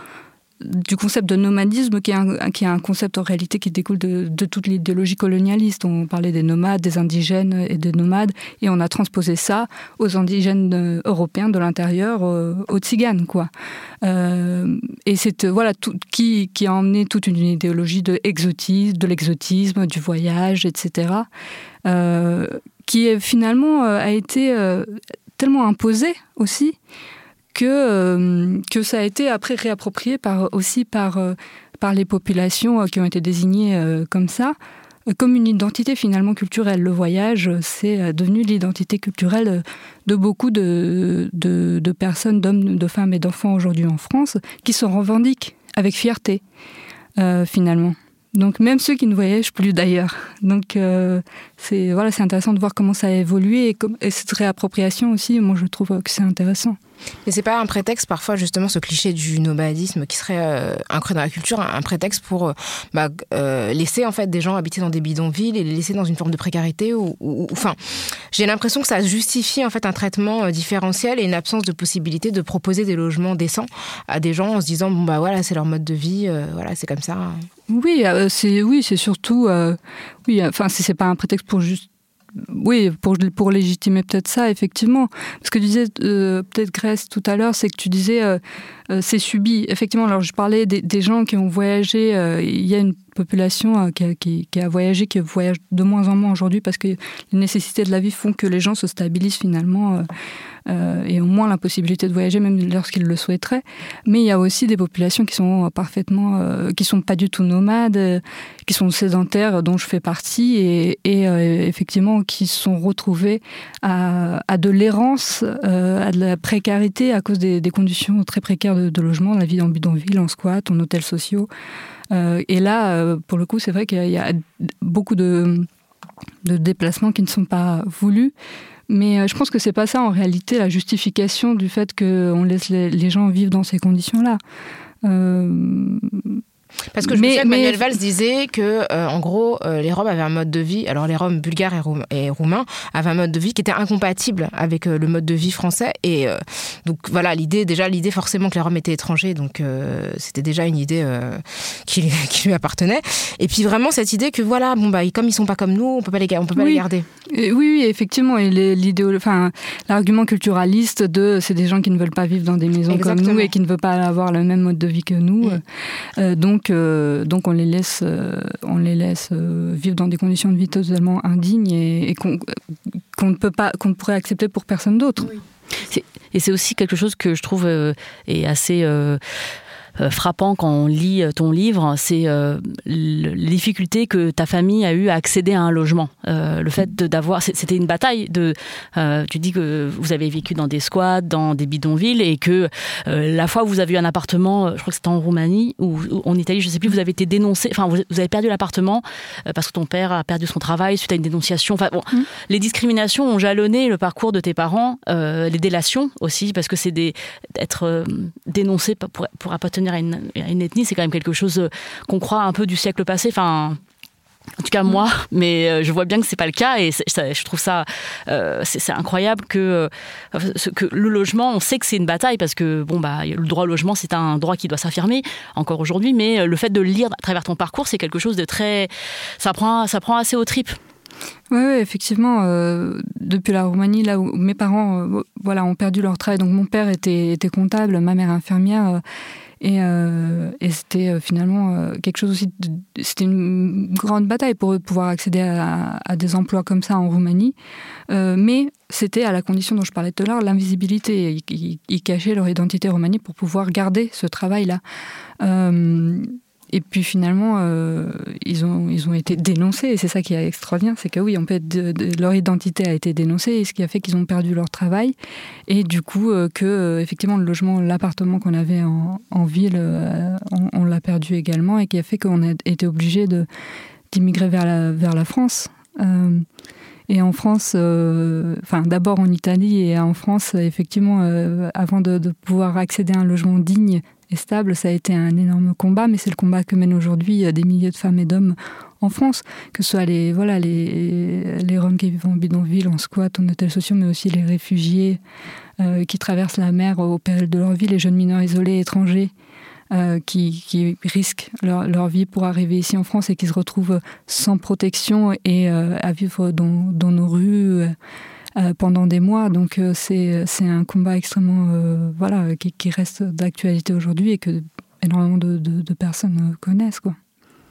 du concept de nomadisme, qui est un, qui est un concept en réalité qui découle de, de toute l'idéologie colonialiste. On parlait des nomades, des indigènes et des nomades, et on a transposé ça aux indigènes européens de l'intérieur, aux, aux tziganes, quoi. Euh, et c'est voilà tout, qui, qui a emmené toute une idéologie de exotisme, de l'exotisme, du voyage, et cetera, euh, qui finalement a été euh, tellement imposée aussi. Que, euh, que ça a été après réapproprié par, aussi par, euh, par les populations euh, qui ont été désignées euh, comme ça, euh, comme une identité finalement culturelle. Le voyage, c'est euh, devenu l'identité culturelle de beaucoup de, de, de personnes, d'hommes, de femmes et d'enfants aujourd'hui en France, qui se revendiquent avec fierté, euh, finalement. Donc même ceux qui ne voyagent plus d'ailleurs. Donc euh, c'est, voilà, c'est intéressant de voir comment ça a évolué et, comme, et cette réappropriation aussi, moi je trouve que c'est intéressant. Mais c'est pas un prétexte, parfois, justement, ce cliché du nomadisme qui serait euh, ancré dans la culture, un, un prétexte pour bah, euh, laisser en fait des gens habiter dans des bidonvilles et les laisser dans une forme de précarité ou, ou, ou enfin, j'ai l'impression que ça justifie en fait un traitement euh, différentiel et une absence de possibilité de proposer des logements décents à des gens en se disant bon bah voilà c'est leur mode de vie, euh, voilà c'est comme ça. Oui, euh, c'est oui c'est surtout euh, oui enfin c'est, c'est pas un prétexte pour juste Oui, pour, pour légitimer peut-être ça, effectivement. Ce que tu disais, euh, peut-être Grèce, tout à l'heure, c'est que tu disais euh, euh, c'est subi. Effectivement, alors je parlais des, des gens qui ont voyagé. Euh, il y a une population euh, qui, a, qui, qui a voyagé, qui voyage de moins en moins aujourd'hui parce que les nécessités de la vie font que les gens se stabilisent finalement euh, euh, et ont moins la possibilité de voyager, même lorsqu'ils le souhaiteraient. Mais il y a aussi des populations qui sont parfaitement, euh, qui sont pas du tout nomades, euh, qui sont sédentaires, dont je fais partie, et, et euh, effectivement qui se sont retrouvés à, à de l'errance, euh, à de la précarité à cause des, des conditions très précaires de, de logement, la vie en bidonville, en squat, en hôtels sociaux. Euh, et là, euh, pour le coup, c'est vrai qu'il y a beaucoup de, de déplacements qui ne sont pas voulus. Mais je pense que c'est pas ça, en réalité, la justification du fait qu'on laisse les, les gens vivre dans ces conditions-là. Euh... Parce que je mais, me souviens que Manuel mais... Valls disait que, euh, en gros, euh, les Roms avaient un mode de vie, alors les Roms bulgares et, roum- et roumains avaient un mode de vie qui était incompatible avec euh, le mode de vie français. Et euh, donc voilà, l'idée, déjà l'idée forcément que les Roms étaient étrangers, donc euh, c'était déjà une idée euh, qui, qui lui appartenait. Et puis vraiment cette idée que voilà, bon bah comme ils sont pas comme nous, on peut pas les, on peut pas oui. les garder. Et oui, oui, effectivement, et l'idéologie, enfin, l'argument culturaliste de c'est des gens qui ne veulent pas vivre dans des maisons Exactement. Comme nous et qui ne veulent pas avoir le même mode de vie que nous. Mmh. Euh, donc Donc, euh, donc on les laisse, euh, on les laisse euh, vivre dans des conditions de vie totalement indignes et, et qu'on, qu'on ne peut pas, qu'on ne pourrait accepter pour personne d'autre. Oui. C'est, et c'est aussi quelque chose que je trouve euh, est assez euh, frappant quand on lit ton livre, c'est euh, les difficultés que ta famille a eu à accéder à un logement. Euh, le fait de, d'avoir, c'était une bataille. De, euh, tu dis que vous avez vécu dans des squats, dans des bidonvilles, et que euh, la fois où vous avez eu un appartement, je crois que c'était en Roumanie ou, ou en Italie, je ne sais plus, vous avez été dénoncé. Enfin, vous, vous avez perdu l'appartement euh, parce que ton père a perdu son travail suite à une dénonciation. Enfin, bon, mmh. Les discriminations ont jalonné le parcours de tes parents, euh, les délations aussi, parce que c'est des, d'être euh, dénoncé pour, pour appartenir à une, à une ethnie, c'est quand même quelque chose qu'on croit un peu du siècle passé. Enfin, en tout cas moi, mais je vois bien que c'est pas le cas et ça, je trouve ça euh, c'est, c'est incroyable que, euh, que le logement, on sait que c'est une bataille parce que bon bah le droit au logement c'est un droit qui doit s'affirmer encore aujourd'hui, mais le fait de le lire à travers ton parcours, c'est quelque chose de très, ça prend ça prend assez aux tripes. Oui, ouais, effectivement, euh, depuis la Roumanie, là où mes parents euh, voilà, ont perdu leur travail, donc mon père était, était comptable, ma mère infirmière, euh, et, euh, et c'était euh, finalement euh, quelque chose aussi, de, c'était une grande bataille pour eux de pouvoir accéder à, à des emplois comme ça en Roumanie, euh, mais c'était à la condition dont je parlais tout à l'heure, l'invisibilité. Ils, ils, ils cachaient leur identité romanie pour pouvoir garder ce travail-là. Euh, Et puis finalement, euh, ils, ont, ils ont été dénoncés, et c'est ça qui est extraordinaire, c'est que oui, on peut être de, de, leur identité a été dénoncée, et ce qui a fait qu'ils ont perdu leur travail, et du coup, euh, que euh, effectivement, le logement, l'appartement qu'on avait en, en ville, euh, on, on l'a perdu également, et qui a fait qu'on a été obligé de, d'immigrer vers la, vers la France. Euh, Et en France, euh, enfin d'abord en Italie et en France, effectivement, euh, avant de, de pouvoir accéder à un logement digne et stable, ça a été un énorme combat, mais c'est le combat que mènent aujourd'hui des milliers de femmes et d'hommes en France, que ce soit les, voilà, les, les Roms qui vivent en bidonville, en squat, en hôtels sociaux, mais aussi les réfugiés euh, qui traversent la mer au péril de leur vie, les jeunes mineurs isolés étrangers, Euh, qui, qui risquent leur, leur vie pour arriver ici en France et qui se retrouvent sans protection et euh, à vivre dans, dans nos rues euh, pendant des mois. Donc euh, c'est, c'est un combat extrêmement euh, voilà, qui, qui reste d'actualité aujourd'hui et que énormément de, de, de personnes connaissent, quoi.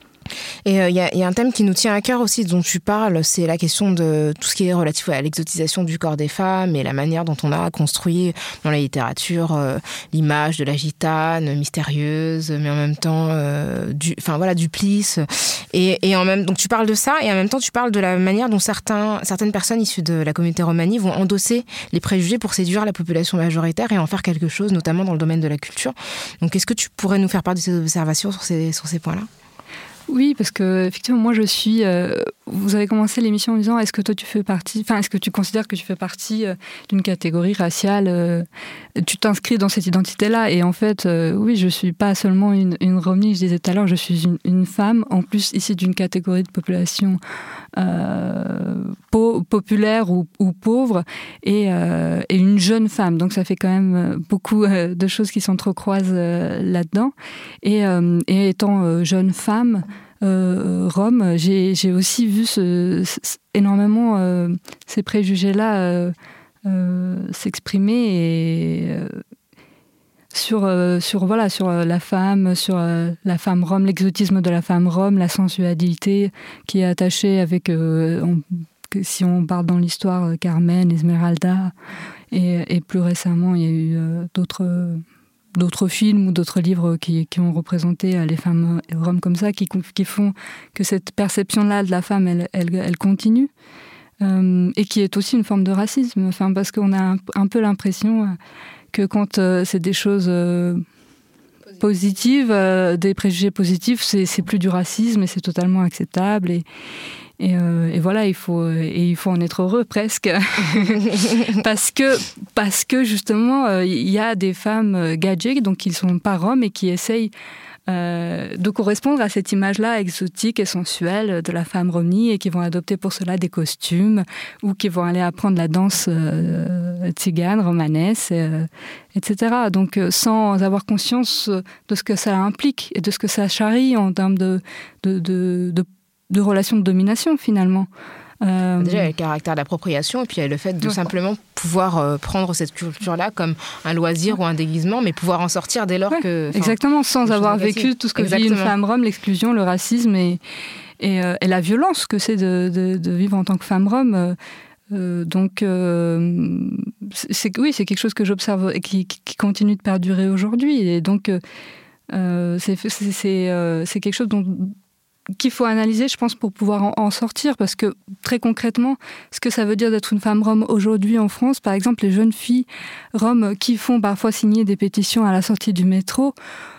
Et il euh, y, y a un thème qui nous tient à cœur aussi, dont tu parles, c'est la question de tout ce qui est relatif à l'exotisation du corps des femmes et la manière dont on a construit dans la littérature euh, l'image de la gitane mystérieuse, mais en même temps, euh, du, enfin voilà, du plis. Et, et en même, donc tu parles de ça, et en même temps tu parles de la manière dont certains, certaines personnes issues de la communauté romanie vont endosser les préjugés pour séduire la population majoritaire et en faire quelque chose, notamment dans le domaine de la culture. Donc est-ce que tu pourrais nous faire part de ces observations sur ces, sur ces points-là ? Oui, parce que effectivement, moi je suis. Euh, vous avez commencé l'émission en disant est-ce que toi tu fais partie, enfin est-ce que tu considères que tu fais partie euh, d'une catégorie raciale, euh, tu t'inscris dans cette identité-là, et en fait, euh, oui, je suis pas seulement une, une Romnie. Je disais tout à l'heure, je suis une, une femme, en plus issue d'une catégorie de population euh, po- populaire ou, ou pauvre, et, euh, et une jeune femme. Donc ça fait quand même beaucoup euh, de choses qui s'entrecroisent euh, là-dedans. Et, euh, et étant euh, jeune femme. Euh, Rome, j'ai, j'ai aussi vu ce, ce, énormément euh, ces préjugés-là euh, euh, s'exprimer et, euh, sur, euh, sur, voilà, sur la femme, sur euh, la femme rome, l'exotisme de la femme rome, la sensualité qui est attachée avec, euh, on, que si on parle dans l'histoire, Carmen, Esmeralda, et, et plus récemment, il y a eu euh, d'autres... d'autres films ou d'autres livres qui, qui ont représenté les femmes roms comme ça, qui, qui font que cette perception-là de la femme, elle, elle, elle continue, euh, et qui est aussi une forme de racisme, enfin, parce qu'on a un, un peu l'impression que quand euh, c'est des choses euh, positives, euh, des préjugés positifs, c'est, c'est plus du racisme et c'est totalement acceptable. Et, Et, euh, et voilà, il faut, et il faut en être heureux presque. parce, que, parce que justement, il euh, y a des femmes gadgets, donc qui ne sont pas roms et qui essayent euh, de correspondre à cette image-là exotique et sensuelle de la femme romnie, et qui vont adopter pour cela des costumes, ou qui vont aller apprendre la danse euh, tzigane, romanesque, euh, et cetera. Donc sans avoir conscience de ce que ça implique et de ce que ça charrie en termes de, de, de, de de relations de domination, finalement. Euh... Déjà, il y a le caractère d'appropriation, et puis il y a le fait de ouais. simplement pouvoir euh, prendre cette culture-là comme un loisir ouais. ou un déguisement, mais pouvoir en sortir dès lors ouais. que... Exactement, sans avoir vécu tout ce que Exactement. vit une femme rome, l'exclusion, le racisme et, et, euh, et la violence que c'est de, de, de vivre en tant que femme rome. Euh, euh, donc, euh, c'est, oui, c'est quelque chose que j'observe et qui, qui continue de perdurer aujourd'hui. Et donc, euh, c'est, c'est, c'est, euh, c'est quelque chose dont... qu'il faut analyser, je pense, pour pouvoir en, en sortir, parce que très concrètement, ce que ça veut dire d'être une femme rome aujourd'hui en France, par exemple, les jeunes filles roms qui font parfois signer des pétitions à la sortie du métro,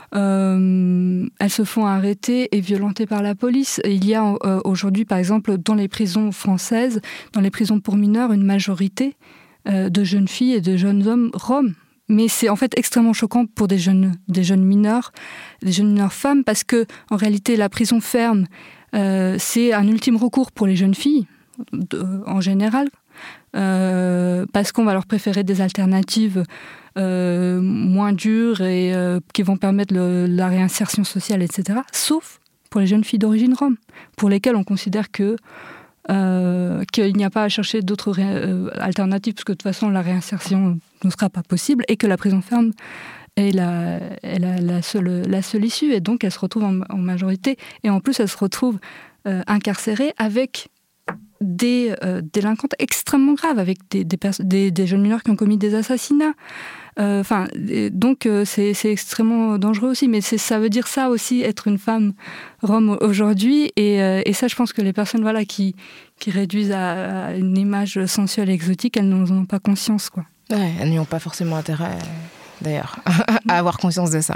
euh, elles se font arrêter et violenter par la police. Et il y a euh, aujourd'hui, par exemple, dans les prisons françaises, dans les prisons pour mineurs, une majorité euh, de jeunes filles et de jeunes hommes roms. Mais c'est en fait extrêmement choquant pour des jeunes, des jeunes mineurs, des jeunes mineurs femmes, parce que en réalité, la prison ferme, euh, c'est un ultime recours pour les jeunes filles, de, en général, euh, parce qu'on va leur préférer des alternatives euh, moins dures et euh, qui vont permettre le, la réinsertion sociale, et cetera. Sauf pour les jeunes filles d'origine rome, pour lesquelles on considère que Euh, qu'il n'y a pas à chercher d'autres ré- euh, alternatives, parce que de toute façon la réinsertion ne sera pas possible, et que la prison ferme est la, est la, la, seule, la seule issue, et donc elles se retrouvent en, en majorité, et en plus elles se retrouvent euh, incarcérées avec des euh, délinquantes extrêmement graves, avec des, des, pers- des, des jeunes mineurs qui ont commis des assassinats. Enfin, euh, donc euh, c'est, c'est extrêmement dangereux aussi, mais c'est, ça veut dire ça aussi, être une femme rome aujourd'hui, et, euh, et ça, je pense que les personnes voilà, qui, qui réduisent à, à une image sensuelle et exotique, elles n'en ont pas conscience, quoi. Ouais, elles n'y ont pas forcément intérêt, d'ailleurs, à avoir conscience de ça.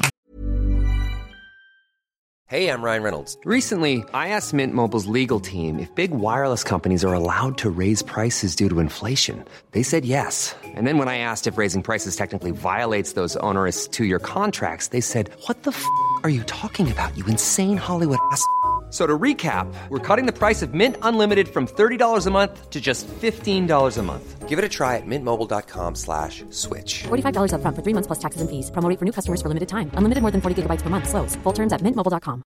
Hey, I'm Ryan Reynolds. Recently, I asked Mint Mobile's legal team if big wireless companies are allowed to raise prices due to inflation. They said yes. And then when I asked if raising prices technically violates those onerous two-year contracts, they said, what the f*** are you talking about, you insane Hollywood ass f- So to recap, we're cutting the price of Mint Unlimited from thirty dollars a month to just fifteen dollars a month. Give it a try at mintmobile.com slash switch. forty-five dollars up front for three months plus taxes and fees. Promo rate for new customers for limited time. Unlimited more than forty gigabytes per month. Slows full terms at mint mobile dot com.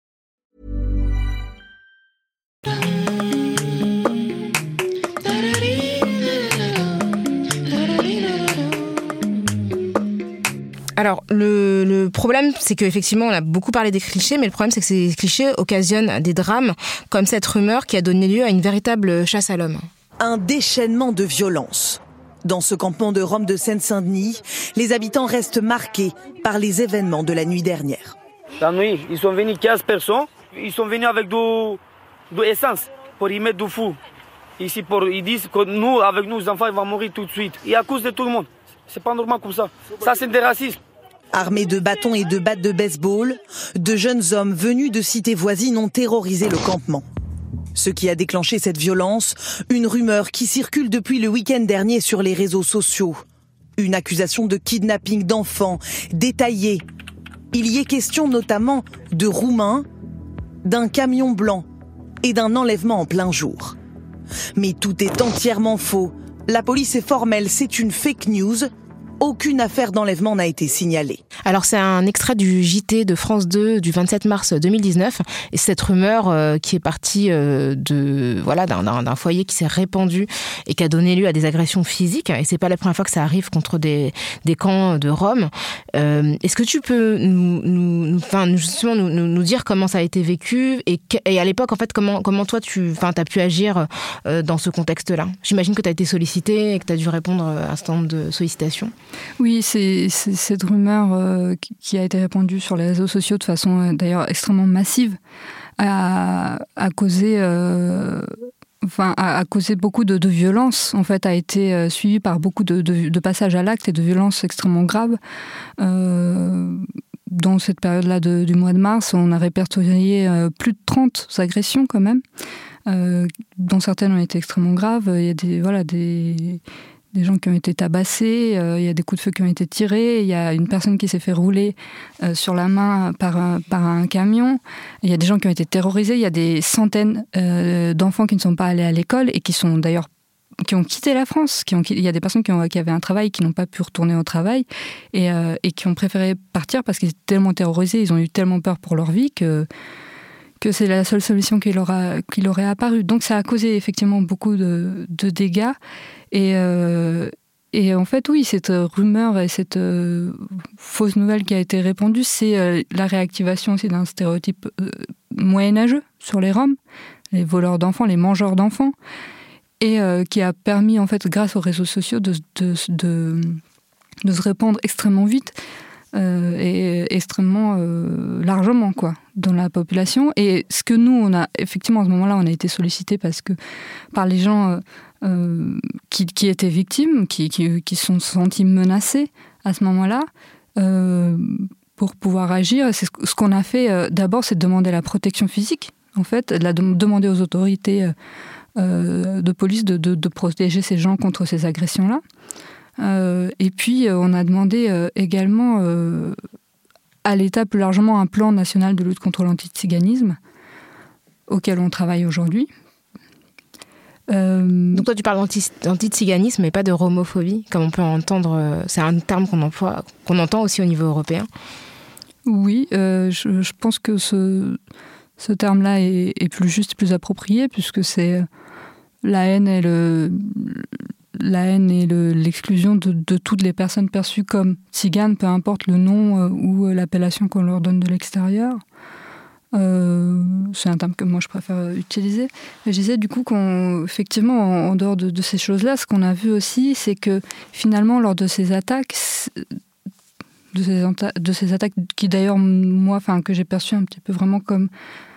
Alors, le, le problème, c'est qu'effectivement, on a beaucoup parlé des clichés, mais le problème, c'est que ces clichés occasionnent des drames, comme cette rumeur qui a donné lieu à une véritable chasse à l'homme. Un déchaînement de violence. Dans ce campement de Rome de Seine-Saint-Denis, les habitants restent marqués par les événements de la nuit dernière. La nuit, ils sont venus quinze personnes, ils sont venus avec de, de essence pour y mettre du feu. Ici, pour, ils disent que nous, avec nous, les enfants, ils vont mourir tout de suite. Et à cause de tout le monde. C'est pas normal comme ça. Ça, c'est des racistes. Armés de bâtons et de battes de baseball, de jeunes hommes venus de cités voisines ont terrorisé le campement. Ce qui a déclenché cette violence, une rumeur qui circule depuis le week-end dernier sur les réseaux sociaux. Une accusation de kidnapping d'enfants, détaillée. Il y est question notamment de Roumains, d'un camion blanc et d'un enlèvement en plein jour. Mais tout est entièrement faux. La police est formelle, c'est une fake news. Aucune affaire d'enlèvement n'a été signalée. Alors c'est un extrait du J T de France deux du vingt-sept mars deux mille dix-neuf et cette rumeur euh, qui est partie euh, de voilà d'un, d'un, d'un foyer qui s'est répandu et qui a donné lieu à des agressions physiques et c'est pas la première fois que ça arrive contre des des camps de Roms. Euh, est-ce que tu peux nous nous enfin justement nous, nous nous dire comment ça a été vécu et et à l'époque en fait comment comment toi tu enfin t'as pu agir euh, dans ce contexte-là? J'imagine que tu as été sollicité et que tu as dû répondre à un certain nombre de sollicitations. Oui, c'est, c'est cette rumeur euh, qui a été répandue sur les réseaux sociaux de façon euh, d'ailleurs extrêmement massive a, a causé, euh, enfin, a, a causé beaucoup de, de violences. En fait, a été euh, suivie par beaucoup de, de, de passages à l'acte et de violences extrêmement graves. Euh, dans cette période-là de, du mois de mars, on a répertorié euh, plus de trente agressions quand même, euh, dont certaines ont été extrêmement graves. Il y a des voilà des des gens qui ont été tabassés, euh, il y a des coups de feu qui ont été tirés, il y a une personne qui s'est fait rouler euh, sur la main par un, par un camion, il y a des gens qui ont été terrorisés, il y a des centaines euh, d'enfants qui ne sont pas allés à l'école et qui sont d'ailleurs qui ont quitté la France. Qui ont, il y a des personnes qui, ont, qui avaient un travail qui n'ont pas pu retourner au travail et, euh, et qui ont préféré partir parce qu'ils étaient tellement terrorisés, ils ont eu tellement peur pour leur vie que que c'est la seule solution qui leur, a, qui leur est apparue. Donc ça a causé effectivement beaucoup de, de dégâts. Et, euh, et en fait, oui, cette rumeur et cette euh, fausse nouvelle qui a été répandue, c'est euh, la réactivation aussi d'un stéréotype euh, moyenâgeux sur les Roms, les voleurs d'enfants, les mangeurs d'enfants, et euh, qui a permis, en fait, grâce aux réseaux sociaux, de, de, de, de se répandre extrêmement vite. Euh, et extrêmement euh, largement quoi dans la population. Et ce que nous on a effectivement à ce moment-là on a été sollicité parce que par les gens euh, euh, qui, qui étaient victimes, qui qui qui sont sentis menacés à ce moment-là euh, pour pouvoir agir. C'est ce, ce qu'on a fait euh, d'abord, c'est de demander la protection physique en fait, de la de, demander aux autorités euh, de police de, de de protéger ces gens contre ces agressions-là. Euh, et puis, euh, on a demandé euh, également euh, à l'État plus largement un plan national de lutte contre l'antiziganisme auquel on travaille aujourd'hui. Euh... Donc toi, tu parles d'anti- d'antiziganisme mais pas de romophobie, comme on peut entendre. Euh, c'est un terme qu'on emploie, qu'on entend aussi au niveau européen. Oui, euh, je, je pense que ce, ce terme-là est, est plus juste, plus approprié, puisque c'est la haine et le... La haine et le, l'exclusion de, de toutes les personnes perçues comme tziganes, peu importe le nom euh, ou l'appellation qu'on leur donne de l'extérieur. Euh, c'est un terme que moi je préfère utiliser. Et je disais du coup qu'effectivement, en, en dehors de, de ces choses-là, ce qu'on a vu aussi, c'est que finalement, lors de ces attaques, de ces, de ces attaques qui d'ailleurs, moi, enfin, que j'ai perçues un petit peu vraiment comme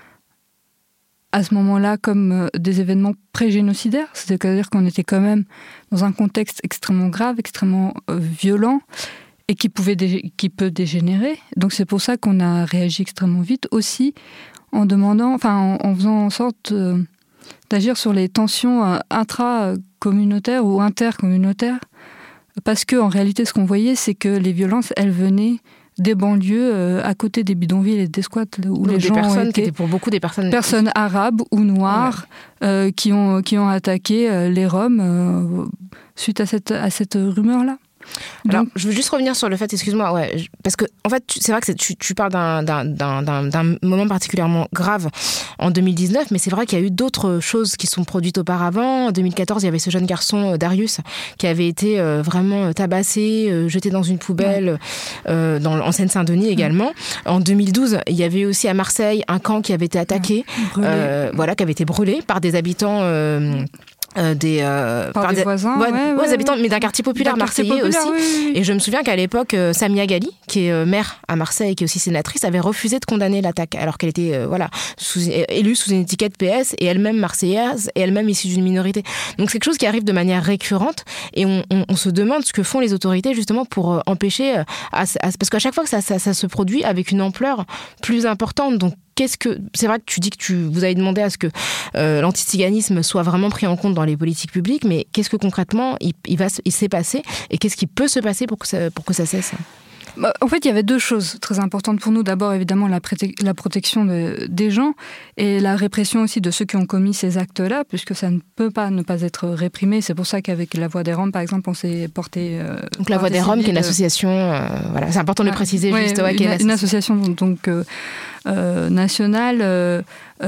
à ce moment-là comme euh, des événements pré-génocidaires, c'est-à-dire qu'on était quand même dans un contexte extrêmement grave, extrêmement euh, violent, et qui, pouvait dé- qui peut dégénérer. Donc c'est pour ça qu'on a réagi extrêmement vite, aussi en demandant, enfin en, en faisant en sorte euh, d'agir sur les tensions euh, intra-communautaires ou intercommunautaires, parce qu'en réalité, ce qu'on voyait, c'est que les violences, elles venaient des banlieues euh, à côté des bidonvilles et des squats où Donc les des gens personnes étaient, qui étaient pour beaucoup des personnes personnes arabes ou noires ouais. euh, qui ont qui ont attaqué euh, les Roms euh, suite à cette à cette rumeur là. Alors, je veux juste revenir sur le fait, excuse-moi, ouais, parce que en fait, c'est vrai que c'est, tu, tu parles d'un, d'un, d'un, d'un, d'un moment particulièrement grave en deux mille dix-neuf, mais c'est vrai qu'il y a eu d'autres choses qui sont produites auparavant. En deux mille quatorze, il y avait ce jeune garçon, Darius, qui avait été euh, vraiment tabassé, euh, jeté dans une poubelle, euh, dans, en Seine-Saint-Denis également. Mmh. En deux mille douze, il y avait aussi à Marseille un camp qui avait été attaqué, mmh. euh, voilà, qui avait été brûlé par des habitants... Euh, Euh, des, euh, par, par des, des voisins, ouais, ouais, ouais, ouais, habitants, mais d'un quartier populaire quartier marseillais populaire, aussi. Oui, oui. Et je me souviens qu'à l'époque, euh, Samia Ghali, qui est euh, maire à Marseille, qui est aussi sénatrice, avait refusé de condamner l'attaque, alors qu'elle était euh, voilà, sous, élue sous une étiquette P S et elle-même marseillaise et elle-même issue d'une minorité. Donc c'est quelque chose qui arrive de manière récurrente et on, on, on se demande ce que font les autorités justement pour euh, empêcher, euh, à, à, parce qu'à chaque fois que ça, ça, ça se produit avec une ampleur plus importante. Donc Qu'est-ce que c'est vrai que tu dis que tu vous avez demandé à ce que euh, l'antiziganisme soit vraiment pris en compte dans les politiques publiques, mais qu'est-ce que concrètement il, il va il s'est passé et qu'est-ce qui peut se passer pour que ça, pour que ça cesse? Bah, en fait, il y avait deux choses très importantes pour nous. D'abord, évidemment, la, pré- la protection de, des gens et la répression aussi de ceux qui ont commis ces actes-là, puisque ça ne peut pas ne pas être réprimé. C'est pour ça qu'avec la Voix des Roms, par exemple, on s'est porté... Euh, donc la Voix des Roms, qui est une association... Euh, voilà, c'est important de le préciser. Ouais, juste, ouais, une, une association donc, euh, euh, nationale euh,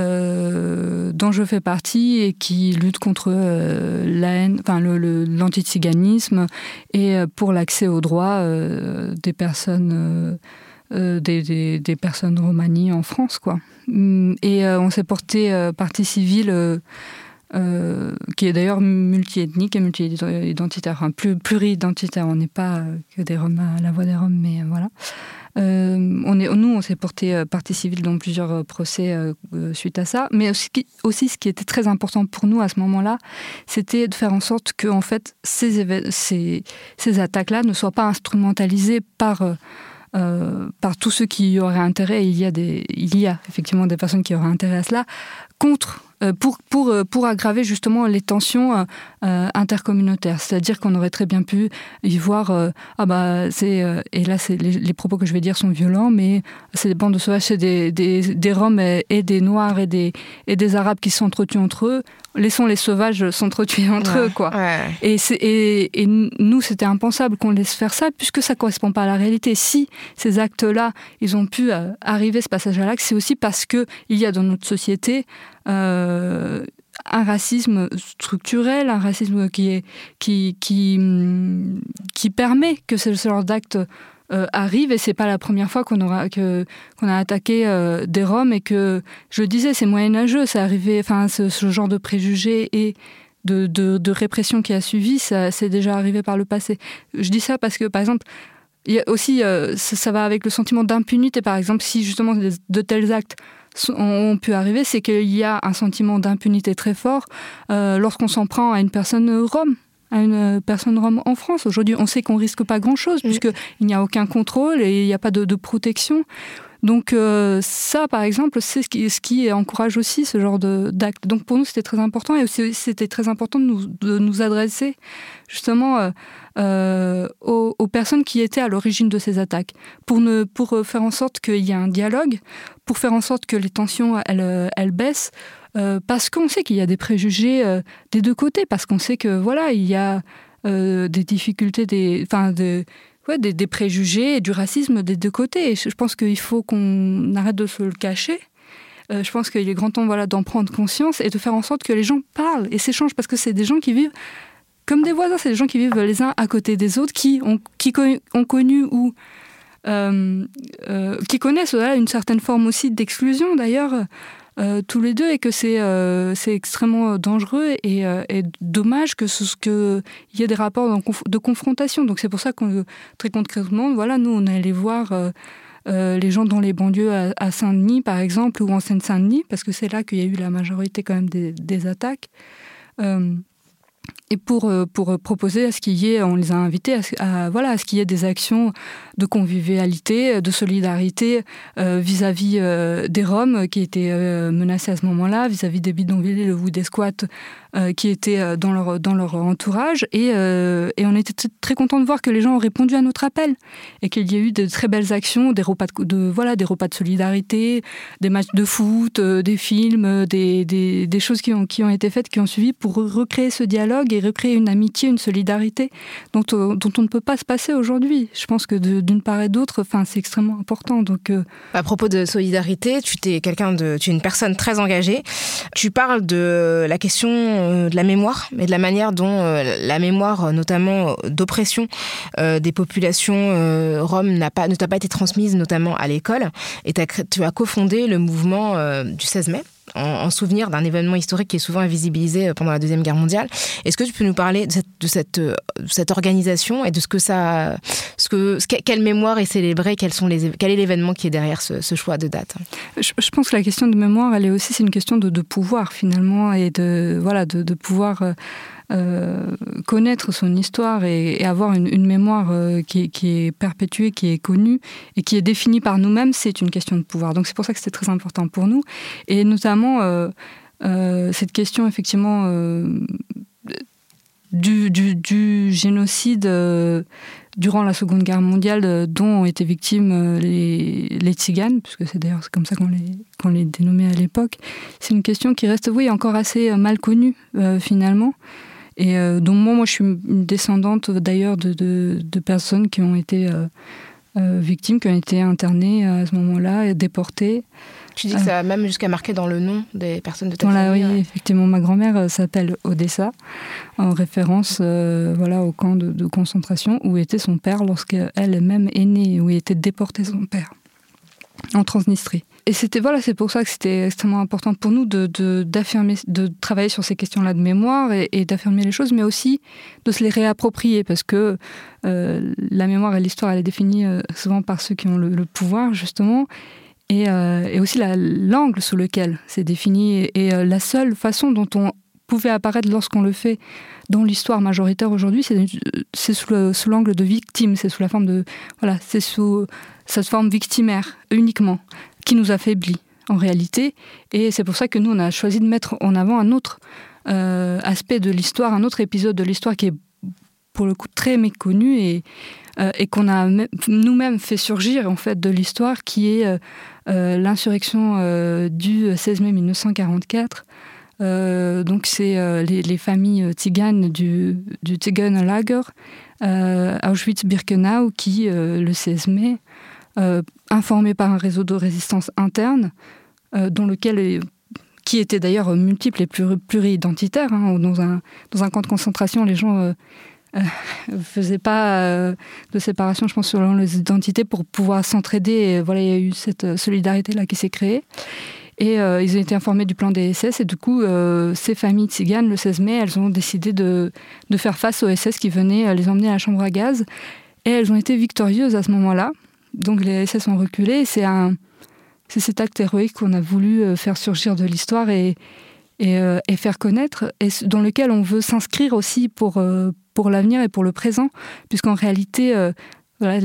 euh, dont je fais partie et qui lutte contre euh, la haine, enfin, le, le, l'antiziganisme et pour l'accès aux droits euh, des personnes... Euh, Euh, des, des, des personnes romanies en France, quoi. Et euh, on s'est porté euh, partie civile, euh, euh, qui est d'ailleurs multi-ethnique et multi-identitaire, enfin plus, pluri-identitaire. On n'est pas euh, que des Roms à la Voix des Roms, mais euh, voilà. Euh, on est, nous, on s'est porté euh, partie civile dans plusieurs euh, procès euh, euh, suite à ça. Mais aussi, aussi, ce qui était très important pour nous à ce moment-là, c'était de faire en sorte que, en fait, ces, éve- ces, ces attaques-là ne soient pas instrumentalisées par... Euh, Euh, par tous ceux qui y auraient intérêt, il y a, des, il y a effectivement des personnes qui auraient intérêt à cela, contre, euh, pour, pour, pour aggraver justement les tensions euh, intercommunautaires. C'est-à-dire qu'on aurait très bien pu y voir, euh, ah bah, c'est, euh, et là c'est, les, les propos que je vais dire sont violents, mais c'est des bandes de sauvages, c'est des, des, des Roms et, et des Noirs et des, et des Arabes qui s'entretuent entre eux. Laissons les sauvages s'entretuer entre ouais, eux, quoi. Ouais. Et, c'est, et, et nous, c'était impensable qu'on laisse faire ça, puisque ça ne correspond pas à la réalité. Si ces actes-là, ils ont pu euh, arriver, ce passage à l'acte, c'est aussi parce qu'il y a dans notre société euh, un racisme structurel, un racisme qui, est, qui, qui, qui permet que ce genre d'actes Euh, arrive, et c'est pas la première fois qu'on aura que qu'on a attaqué euh, des Roms, et que je le disais, c'est moyenâgeux, c'est arrivé, enfin ce, ce genre de préjugés et de, de, de répression qui a suivi, ça c'est déjà arrivé par le passé. Je dis ça parce que par exemple, il y a aussi euh, ça, ça va avec le sentiment d'impunité. Par exemple, si justement de, de tels actes ont pu arriver, c'est qu'il y a un sentiment d'impunité très fort euh, lorsqu'on s'en prend à une personne rome. à une personne rom en France. Aujourd'hui, on sait qu'on risque pas grand-chose, mmh. puisqu'il n'y a aucun contrôle et il n'y a pas de, de protection. Donc euh, ça, par exemple, c'est ce qui, ce qui encourage aussi ce genre de, d'actes. Donc pour nous, c'était très important, et aussi c'était très important de nous, de nous adresser justement euh, euh, aux, aux personnes qui étaient à l'origine de ces attaques, pour, ne, pour faire en sorte qu'il y ait un dialogue, pour faire en sorte que les tensions, elles, elles baissent, euh, parce qu'on sait qu'il y a des préjugés euh, des deux côtés, parce qu'on sait que voilà, il y a euh, des difficultés, des, enfin de Ouais, des, des préjugés et du racisme des deux côtés. Et je pense qu'il faut qu'on arrête de se le cacher. Euh, je pense qu'il est grand temps voilà, d'en prendre conscience et de faire en sorte que les gens parlent et s'échangent, parce que c'est des gens qui vivent comme des voisins, c'est des gens qui vivent les uns à côté des autres, qui ont, qui co- ont connu ou euh, euh, qui connaissent voilà, une certaine forme aussi d'exclusion d'ailleurs, Euh, tous les deux, et que c'est, euh, c'est extrêmement dangereux et, euh, et dommage que ce que il y ait des rapports de, conf- de confrontation. Donc c'est pour ça qu'on très concrètement, voilà, nous on est allé voir euh, euh, les gens dans les banlieues à, à Saint-Denis par exemple, ou en Seine-Saint-Denis, parce que c'est là qu'il y a eu la majorité quand même des, des attaques. Euh, Et pour, pour proposer à ce qu'il y ait, on les a invités à, à, voilà, à ce qu'il y ait des actions de convivialité, de solidarité euh, vis-à-vis euh, des Roms qui étaient euh, menacés à ce moment-là, vis-à-vis des bidonvilles ou des squats euh, qui étaient dans leur, dans leur entourage. Et, euh, et on était t- très contents de voir que les gens ont répondu à notre appel et qu'il y a eu de très belles actions, des repas de, de, voilà, des repas de solidarité, des matchs de foot, euh, des films, des, des, des choses qui ont, qui ont été faites, qui ont suivi pour recréer ce dialogue et recréer une amitié, une solidarité dont, euh, dont on ne peut pas se passer aujourd'hui. Je pense que de, d'une part et d'autre, enfin, c'est extrêmement important. Donc, euh... À propos de solidarité, tu es quelqu'un de, tu es une personne très engagée. Tu parles de la question de la mémoire, et de la manière dont euh, la mémoire, notamment d'oppression euh, des populations euh, roms, n'a pas, ne t'a pas été transmise, notamment à l'école. Et tu as cofondé le mouvement euh, du seize mai. en, en souvenir d'un événement historique qui est souvent invisibilisé pendant la Deuxième Guerre mondiale. Est-ce que tu peux nous parler de cette, de cette, de cette organisation et de ce que ça, ce que, ce, quelle mémoire est célébrée, quels sont les, quel est l'événement qui est derrière ce, ce choix de date? je, je pense que la question de mémoire, elle est aussi, c'est une question de, de pouvoir finalement, et de, voilà, de, de pouvoir euh, euh, connaître son histoire et, et avoir une, une mémoire euh, qui, qui est perpétuée, qui est connue et qui est définie par nous-mêmes, c'est une question de pouvoir. Donc c'est pour ça que c'était très important pour nous. Et notamment, euh, euh, cette question effectivement euh, du, du, du génocide euh, durant la Seconde Guerre mondiale euh, dont ont été victimes euh, les, les tziganes, puisque c'est d'ailleurs c'est comme ça qu'on les, qu'on les dénommait à l'époque, c'est une question qui reste oui, encore assez euh, mal connue euh, finalement. Et euh, donc moi, moi, je suis une descendante d'ailleurs de, de, de personnes qui ont été euh, euh, victimes, qui ont été internées à ce moment-là et déportées. Tu dis que ça a même jusqu'à marquer dans le nom des personnes de ta voilà, famille. Oui, ouais. effectivement. Ma grand-mère s'appelle Odessa, en référence euh, voilà, au camp de, de concentration où était son père lorsqu'elle-même est née, où il était déporté son père, en Transnistrie. Et c'était, voilà, c'est pour ça que c'était extrêmement important pour nous de, de, d'affirmer, de travailler sur ces questions-là de mémoire et, et d'affirmer les choses, mais aussi de se les réapproprier, parce que euh, la mémoire et l'histoire, elle est définie euh, souvent par ceux qui ont le, le pouvoir, justement, et, euh, et aussi la, l'angle sous lequel c'est défini, et, et euh, la seule façon dont on pouvait apparaître lorsqu'on le fait dans l'histoire majoritaire aujourd'hui, c'est, c'est sous, le, sous l'angle de victime, c'est sous la forme de... Voilà, c'est sous cette forme victimaire, uniquement, qui nous affaiblit, en réalité. Et c'est pour ça que nous, on a choisi de mettre en avant un autre euh, aspect de l'histoire, un autre épisode de l'histoire qui est, pour le coup, très méconnu et, euh, et qu'on a m- nous-mêmes fait surgir, en fait, de l'histoire, qui est euh, euh, l'insurrection euh, du seize mai mille neuf cent quarante-quatre. Euh, donc, c'est euh, les, les familles tziganes du, du Tzigeunerlager, euh, Auschwitz-Birkenau, qui, euh, le seize mai, Euh, informés par un réseau de résistance interne, euh, dont lequel, qui était d'ailleurs multiple et pluri- pluri-identitaire. Hein, dans, un, dans un camp de concentration, les gens ne euh, euh, faisaient pas euh, de séparation, je pense, selon les identités pour pouvoir s'entraider. Et voilà, il y a eu cette solidarité-là qui s'est créée. Et euh, ils ont été informés du plan des S S. Et du coup, euh, ces familles tziganes, le seize mai, elles ont décidé de, de faire face aux S S qui venaient les emmener à la chambre à gaz. Et elles ont été victorieuses à ce moment-là. Donc les S S ont reculé, et c'est, un, c'est cet acte héroïque qu'on a voulu faire surgir de l'histoire et, et, euh, et faire connaître, et dans lequel on veut s'inscrire aussi pour, euh, pour l'avenir et pour le présent, puisqu'en réalité, euh, voilà,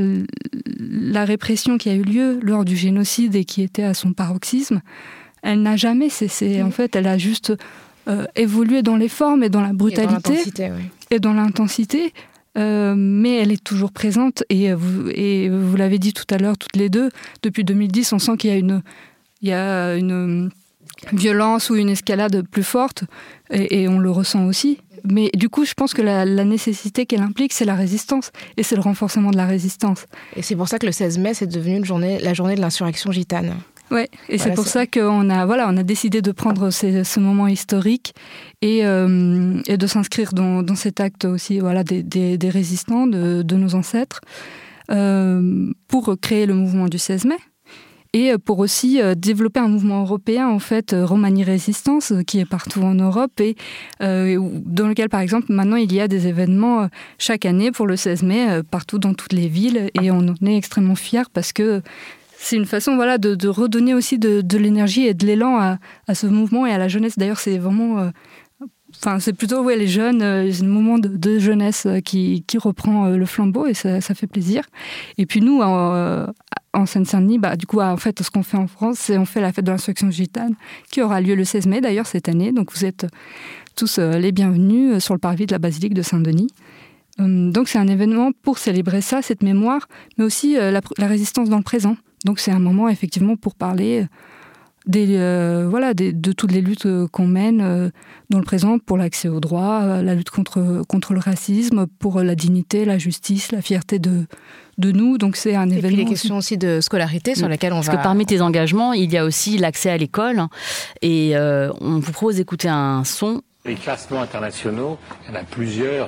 la répression qui a eu lieu lors du génocide et qui était à son paroxysme, elle n'a jamais cessé. En fait, elle a juste euh, évolué dans les formes et dans la brutalité et dans l'intensité. Oui. Et dans l'intensité. Euh, mais elle est toujours présente et vous, et vous l'avez dit tout à l'heure, toutes les deux, depuis deux mille dix, on sent qu'il y a une, il y a une violence ou une escalade plus forte et, et on le ressent aussi. Mais du coup, je pense que la, la nécessité qu'elle implique, c'est la résistance et c'est le renforcement de la résistance. Et c'est pour ça que le seize mai, c'est devenu une journée, la journée de l'insurrection gitane. Oui, et voilà, c'est pour c'est... ça qu'on a, voilà, on a décidé de prendre ces, ce moment historique et, euh, et de s'inscrire dans, dans cet acte aussi voilà, des, des, des résistants, de, de nos ancêtres, euh, pour créer le mouvement du seize mai et pour aussi euh, développer un mouvement européen, en fait, Romani Résistance, qui est partout en Europe et euh, dans lequel, par exemple, maintenant, il y a des événements euh, chaque année pour le seize mai, euh, partout dans toutes les villes, et on en est extrêmement fiers parce que c'est une façon voilà, de, de redonner aussi de, de l'énergie et de l'élan à, à ce mouvement et à la jeunesse. D'ailleurs, c'est vraiment... Euh, enfin, c'est plutôt ouais, les jeunes, euh, c'est un moment de, de jeunesse euh, qui, qui reprend euh, le flambeau et ça, ça fait plaisir. Et puis nous, en, euh, en Seine-Saint-Denis, bah, du coup, en fait, ce qu'on fait en France, c'est on fait la fête de l'insurrection gitane qui aura lieu le seize mai, d'ailleurs, cette année. Donc vous êtes tous euh, les bienvenus euh, sur le parvis de la basilique de Saint-Denis. Euh, donc c'est un événement pour célébrer ça, cette mémoire, mais aussi euh, la, la résistance dans le présent. Donc c'est un moment effectivement pour parler des, euh, voilà, des, de toutes les luttes qu'on mène euh, dans le présent pour l'accès aux droits, euh, la lutte contre, contre le racisme, pour la dignité, la justice, la fierté de, de nous. Donc c'est un et événement. Et puis les questions aussi de scolarité sur lesquelles on Parce va... Parce que parmi tes engagements, il y a aussi l'accès à l'école et euh, on vous propose d'écouter un son. Les classements internationaux, il y en a plusieurs, hein.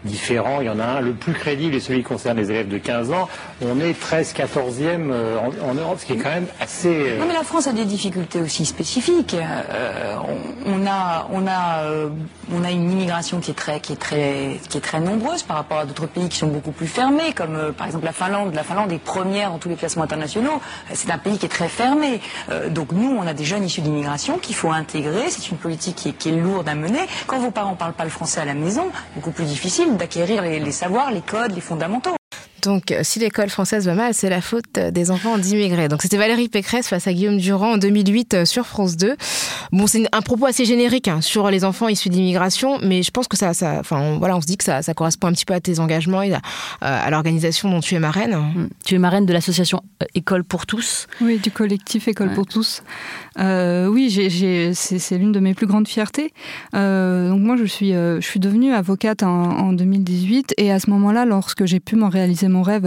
différents. Il y en a un, le plus crédible, et celui qui concerne les élèves de quinze ans. On est treize, quatorzième en, en Europe, ce qui est quand même assez... Euh... Non, mais la France a des difficultés aussi spécifiques. Euh, on, on, a, on, a, euh, on a une immigration qui est, très, qui, est très, qui est très nombreuse par rapport à d'autres pays qui sont beaucoup plus fermés, comme euh, par exemple la Finlande. La Finlande est première dans tous les classements internationaux. C'est un pays qui est très fermé. Euh, donc nous, on a des jeunes issus d'immigration qu'il faut intégrer. C'est une politique qui est, qui est lourde à mener. Quand vos parents ne parlent pas le français à la maison, beaucoup plus difficile d'acquérir les, les savoirs, les codes, les fondamentaux. Donc, si l'école française va mal, c'est la faute des enfants d'immigrés. Donc, c'était Valérie Pécresse face à Guillaume Durand en deux mille huit sur France deux. Bon, c'est un propos assez générique hein, sur les enfants issus d'immigration, mais je pense que ça, ça, enfin, on, voilà, on se dit que ça, ça correspond un petit peu à tes engagements et à, à l'organisation dont tu es marraine. Mmh. Tu es marraine de l'association École pour tous. Oui, du collectif École ouais. pour tous. Euh, oui, j'ai, j'ai, c'est, c'est l'une de mes plus grandes fiertés. Euh, donc moi, je suis, euh, je suis devenue avocate en, en deux mille dix-huit et à ce moment-là, lorsque j'ai pu m'en réaliser mon rêve,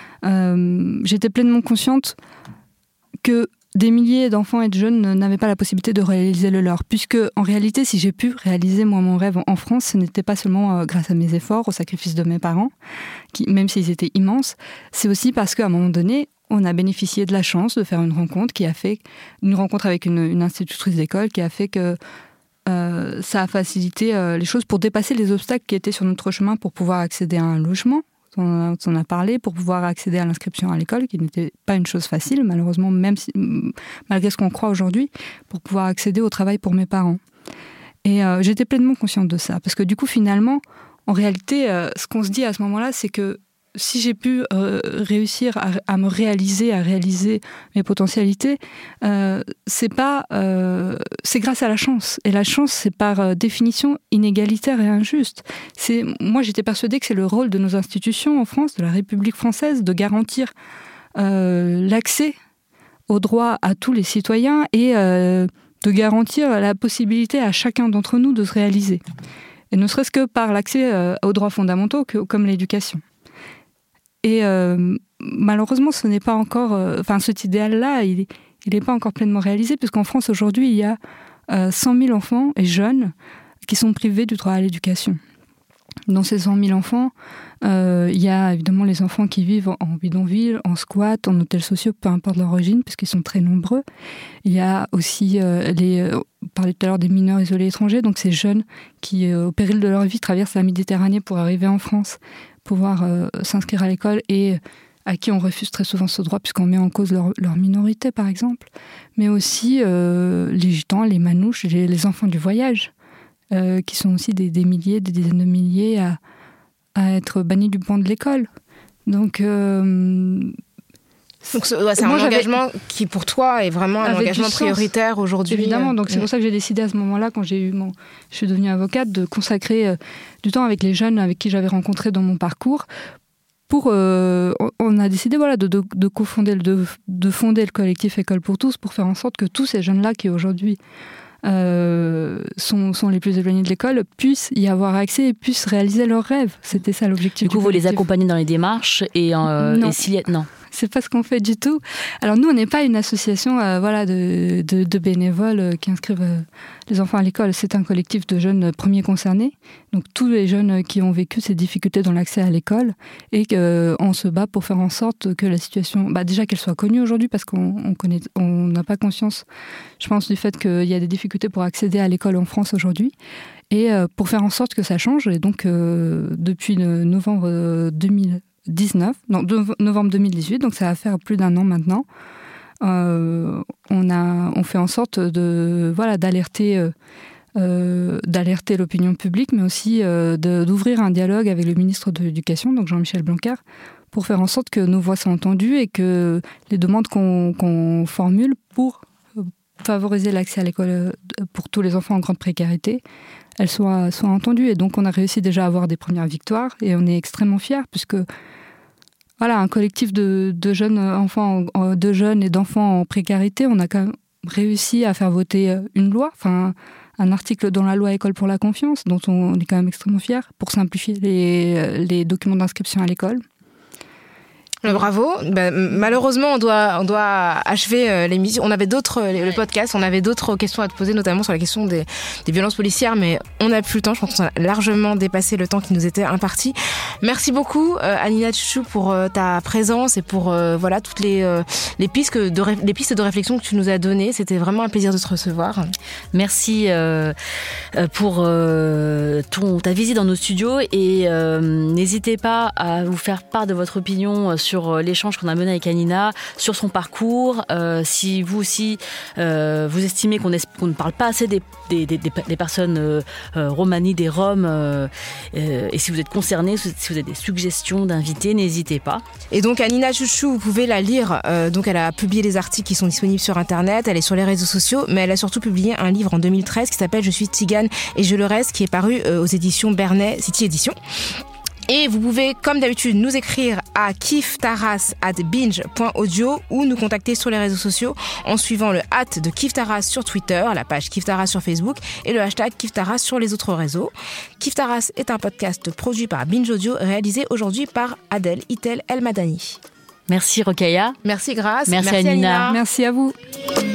euh, j'étais pleinement consciente que des milliers d'enfants et de jeunes n'avaient pas la possibilité de réaliser le leur. Puisque, en réalité, si j'ai pu réaliser moi mon rêve en France, ce n'était pas seulement euh, grâce à mes efforts, au sacrifice de mes parents, qui, même s'ils étaient immenses, c'est aussi parce qu'à un moment donné, on a bénéficié de la chance de faire une rencontre qui a fait, une rencontre avec une, une institutrice d'école qui a fait que euh, ça a facilité euh, les choses pour dépasser les obstacles qui étaient sur notre chemin pour pouvoir accéder à un logement. On en a parlé, pour pouvoir accéder à l'inscription à l'école, qui n'était pas une chose facile, malheureusement, même si, malgré ce qu'on croit aujourd'hui, pour pouvoir accéder au travail pour mes parents. Et euh, j'étais pleinement consciente de ça, parce que du coup, finalement, en réalité, euh, ce qu'on se dit à ce moment-là, c'est que si j'ai pu euh, réussir à, à me réaliser, à réaliser mes potentialités, euh, c'est pas, euh, c'est grâce à la chance. Et la chance, c'est par euh, définition inégalitaire et injuste. C'est, moi, j'étais persuadée que c'est le rôle de nos institutions en France, de la République française, de garantir euh, l'accès aux droits à tous les citoyens et euh, de garantir la possibilité à chacun d'entre nous de se réaliser. Et ne serait-ce que par l'accès euh, aux droits fondamentaux, que, comme l'éducation. Et euh, malheureusement, ce n'est pas encore, enfin, euh, cet idéal-là, il n'est pas encore pleinement réalisé, puisqu'en France, aujourd'hui, il y a euh, cent mille enfants et jeunes qui sont privés du droit à l'éducation. Dans ces cent mille enfants, euh, il y a évidemment les enfants qui vivent en bidonville, en squat, en hôtels sociaux, peu importe l'origine, puisqu'ils sont très nombreux. Il y a aussi, euh, les, euh, on parlait tout à l'heure des mineurs isolés étrangers, donc ces jeunes qui, euh, au péril de leur vie, traversent la Méditerranée pour arriver en France, pouvoir euh, s'inscrire à l'école et à qui on refuse très souvent ce droit puisqu'on met en cause leur, leur minorité, par exemple. Mais aussi euh, les gitans, les manouches, les, les enfants du voyage, euh, qui sont aussi des, des milliers, des dizaines de milliers à, à être bannis du banc de l'école. Donc... Euh, Donc c'est, ouais, c'est moi, un engagement qui, pour toi, est vraiment un engagement prioritaire aujourd'hui. Évidemment, donc c'est pour ça que j'ai décidé à ce moment-là, quand j'ai eu mon, je suis devenue avocate, de consacrer euh, du temps avec les jeunes avec qui j'avais rencontré dans mon parcours. Pour, euh, on a décidé voilà, de, de, de, cofonder, de, de fonder le collectif École pour tous pour faire en sorte que tous ces jeunes-là qui aujourd'hui euh, sont, sont les plus éloignés de l'école puissent y avoir accès et puissent réaliser leurs rêves. C'était ça l'objectif. Du coup, du vous les accompagnez dans les démarches et, euh, non. et s'il y a... Non. C'est pas ce qu'on fait du tout. Alors nous, on n'est pas une association euh, voilà, de, de, de bénévoles euh, qui inscrivent euh, les enfants à l'école. C'est un collectif de jeunes premiers concernés. Donc tous les jeunes qui ont vécu ces difficultés dans l'accès à l'école et qu'on euh, se bat pour faire en sorte que la situation, bah, déjà qu'elle soit connue aujourd'hui parce qu'on on connaît, on n'a pas conscience, je pense, du fait qu'il y a des difficultés pour accéder à l'école en France aujourd'hui. Et euh, pour faire en sorte que ça change. Et donc euh, depuis novembre euh, deux mille dix-neuf, non, de novembre deux mille dix-huit, donc ça va faire plus d'un an maintenant. Euh, on a, on fait en sorte de, voilà, d'alerter, euh, euh, d'alerter l'opinion publique, mais aussi euh, de, d'ouvrir un dialogue avec le ministre de l'Éducation, donc Jean-Michel Blanquer, pour faire en sorte que nos voix soient entendues et que les demandes qu'on, qu'on formule pour favoriser l'accès à l'école pour tous les enfants en grande précarité, elles soient, soient entendues. Et donc on a réussi déjà à avoir des premières victoires et on est extrêmement fiers puisque voilà, un collectif de, de jeunes enfants, de jeunes et d'enfants en précarité, on a quand même réussi à faire voter une loi, enfin un article dans la loi École pour la confiance, dont on est quand même extrêmement fiers, pour simplifier les, les documents d'inscription à l'école. Bravo. Ben, malheureusement, on doit, on doit achever euh, l'émission. On avait d'autres, le podcast, on avait d'autres questions à te poser, notamment sur la question des, des violences policières, mais on n'a plus le temps. Je pense qu'on a largement dépassé le temps qui nous était imparti. Merci beaucoup, euh, Anina Tchouchou, pour euh, ta présence et pour euh, voilà toutes les, euh, les, pistes de, les pistes de réflexion que tu nous as données. C'était vraiment un plaisir de te recevoir. Merci euh, pour euh, ton, ta visite dans nos studios et euh, n'hésitez pas à vous faire part de votre opinion sur sur l'échange qu'on a mené avec Anina, sur son parcours. Euh, si vous aussi, euh, vous estimez qu'on, est, qu'on ne parle pas assez des, des, des, des personnes euh, euh, romanies, des Roms, euh, euh, et si vous êtes concernés, si vous avez des suggestions d'invités, n'hésitez pas. Et donc Anina Tchouchou, vous pouvez la lire. Euh, donc elle a publié des articles qui sont disponibles sur Internet, elle est sur les réseaux sociaux, mais elle a surtout publié un livre en deux mille treize qui s'appelle « Je suis tzigane et je le reste », qui est paru euh, aux éditions Bernay City Éditions. Et vous pouvez, comme d'habitude, nous écrire à kiftaras arobase binge point audio ou nous contacter sur les réseaux sociaux en suivant le hâte de Kiftaras sur Twitter, la page Kiftaras sur Facebook et le hashtag Kiftaras sur les autres réseaux. Kiftaras est un podcast produit par Binge Audio, réalisé aujourd'hui par Adèle Itel El Madani. Merci Rokhaya. Merci Grace. Merci, Merci Anina. Merci à vous.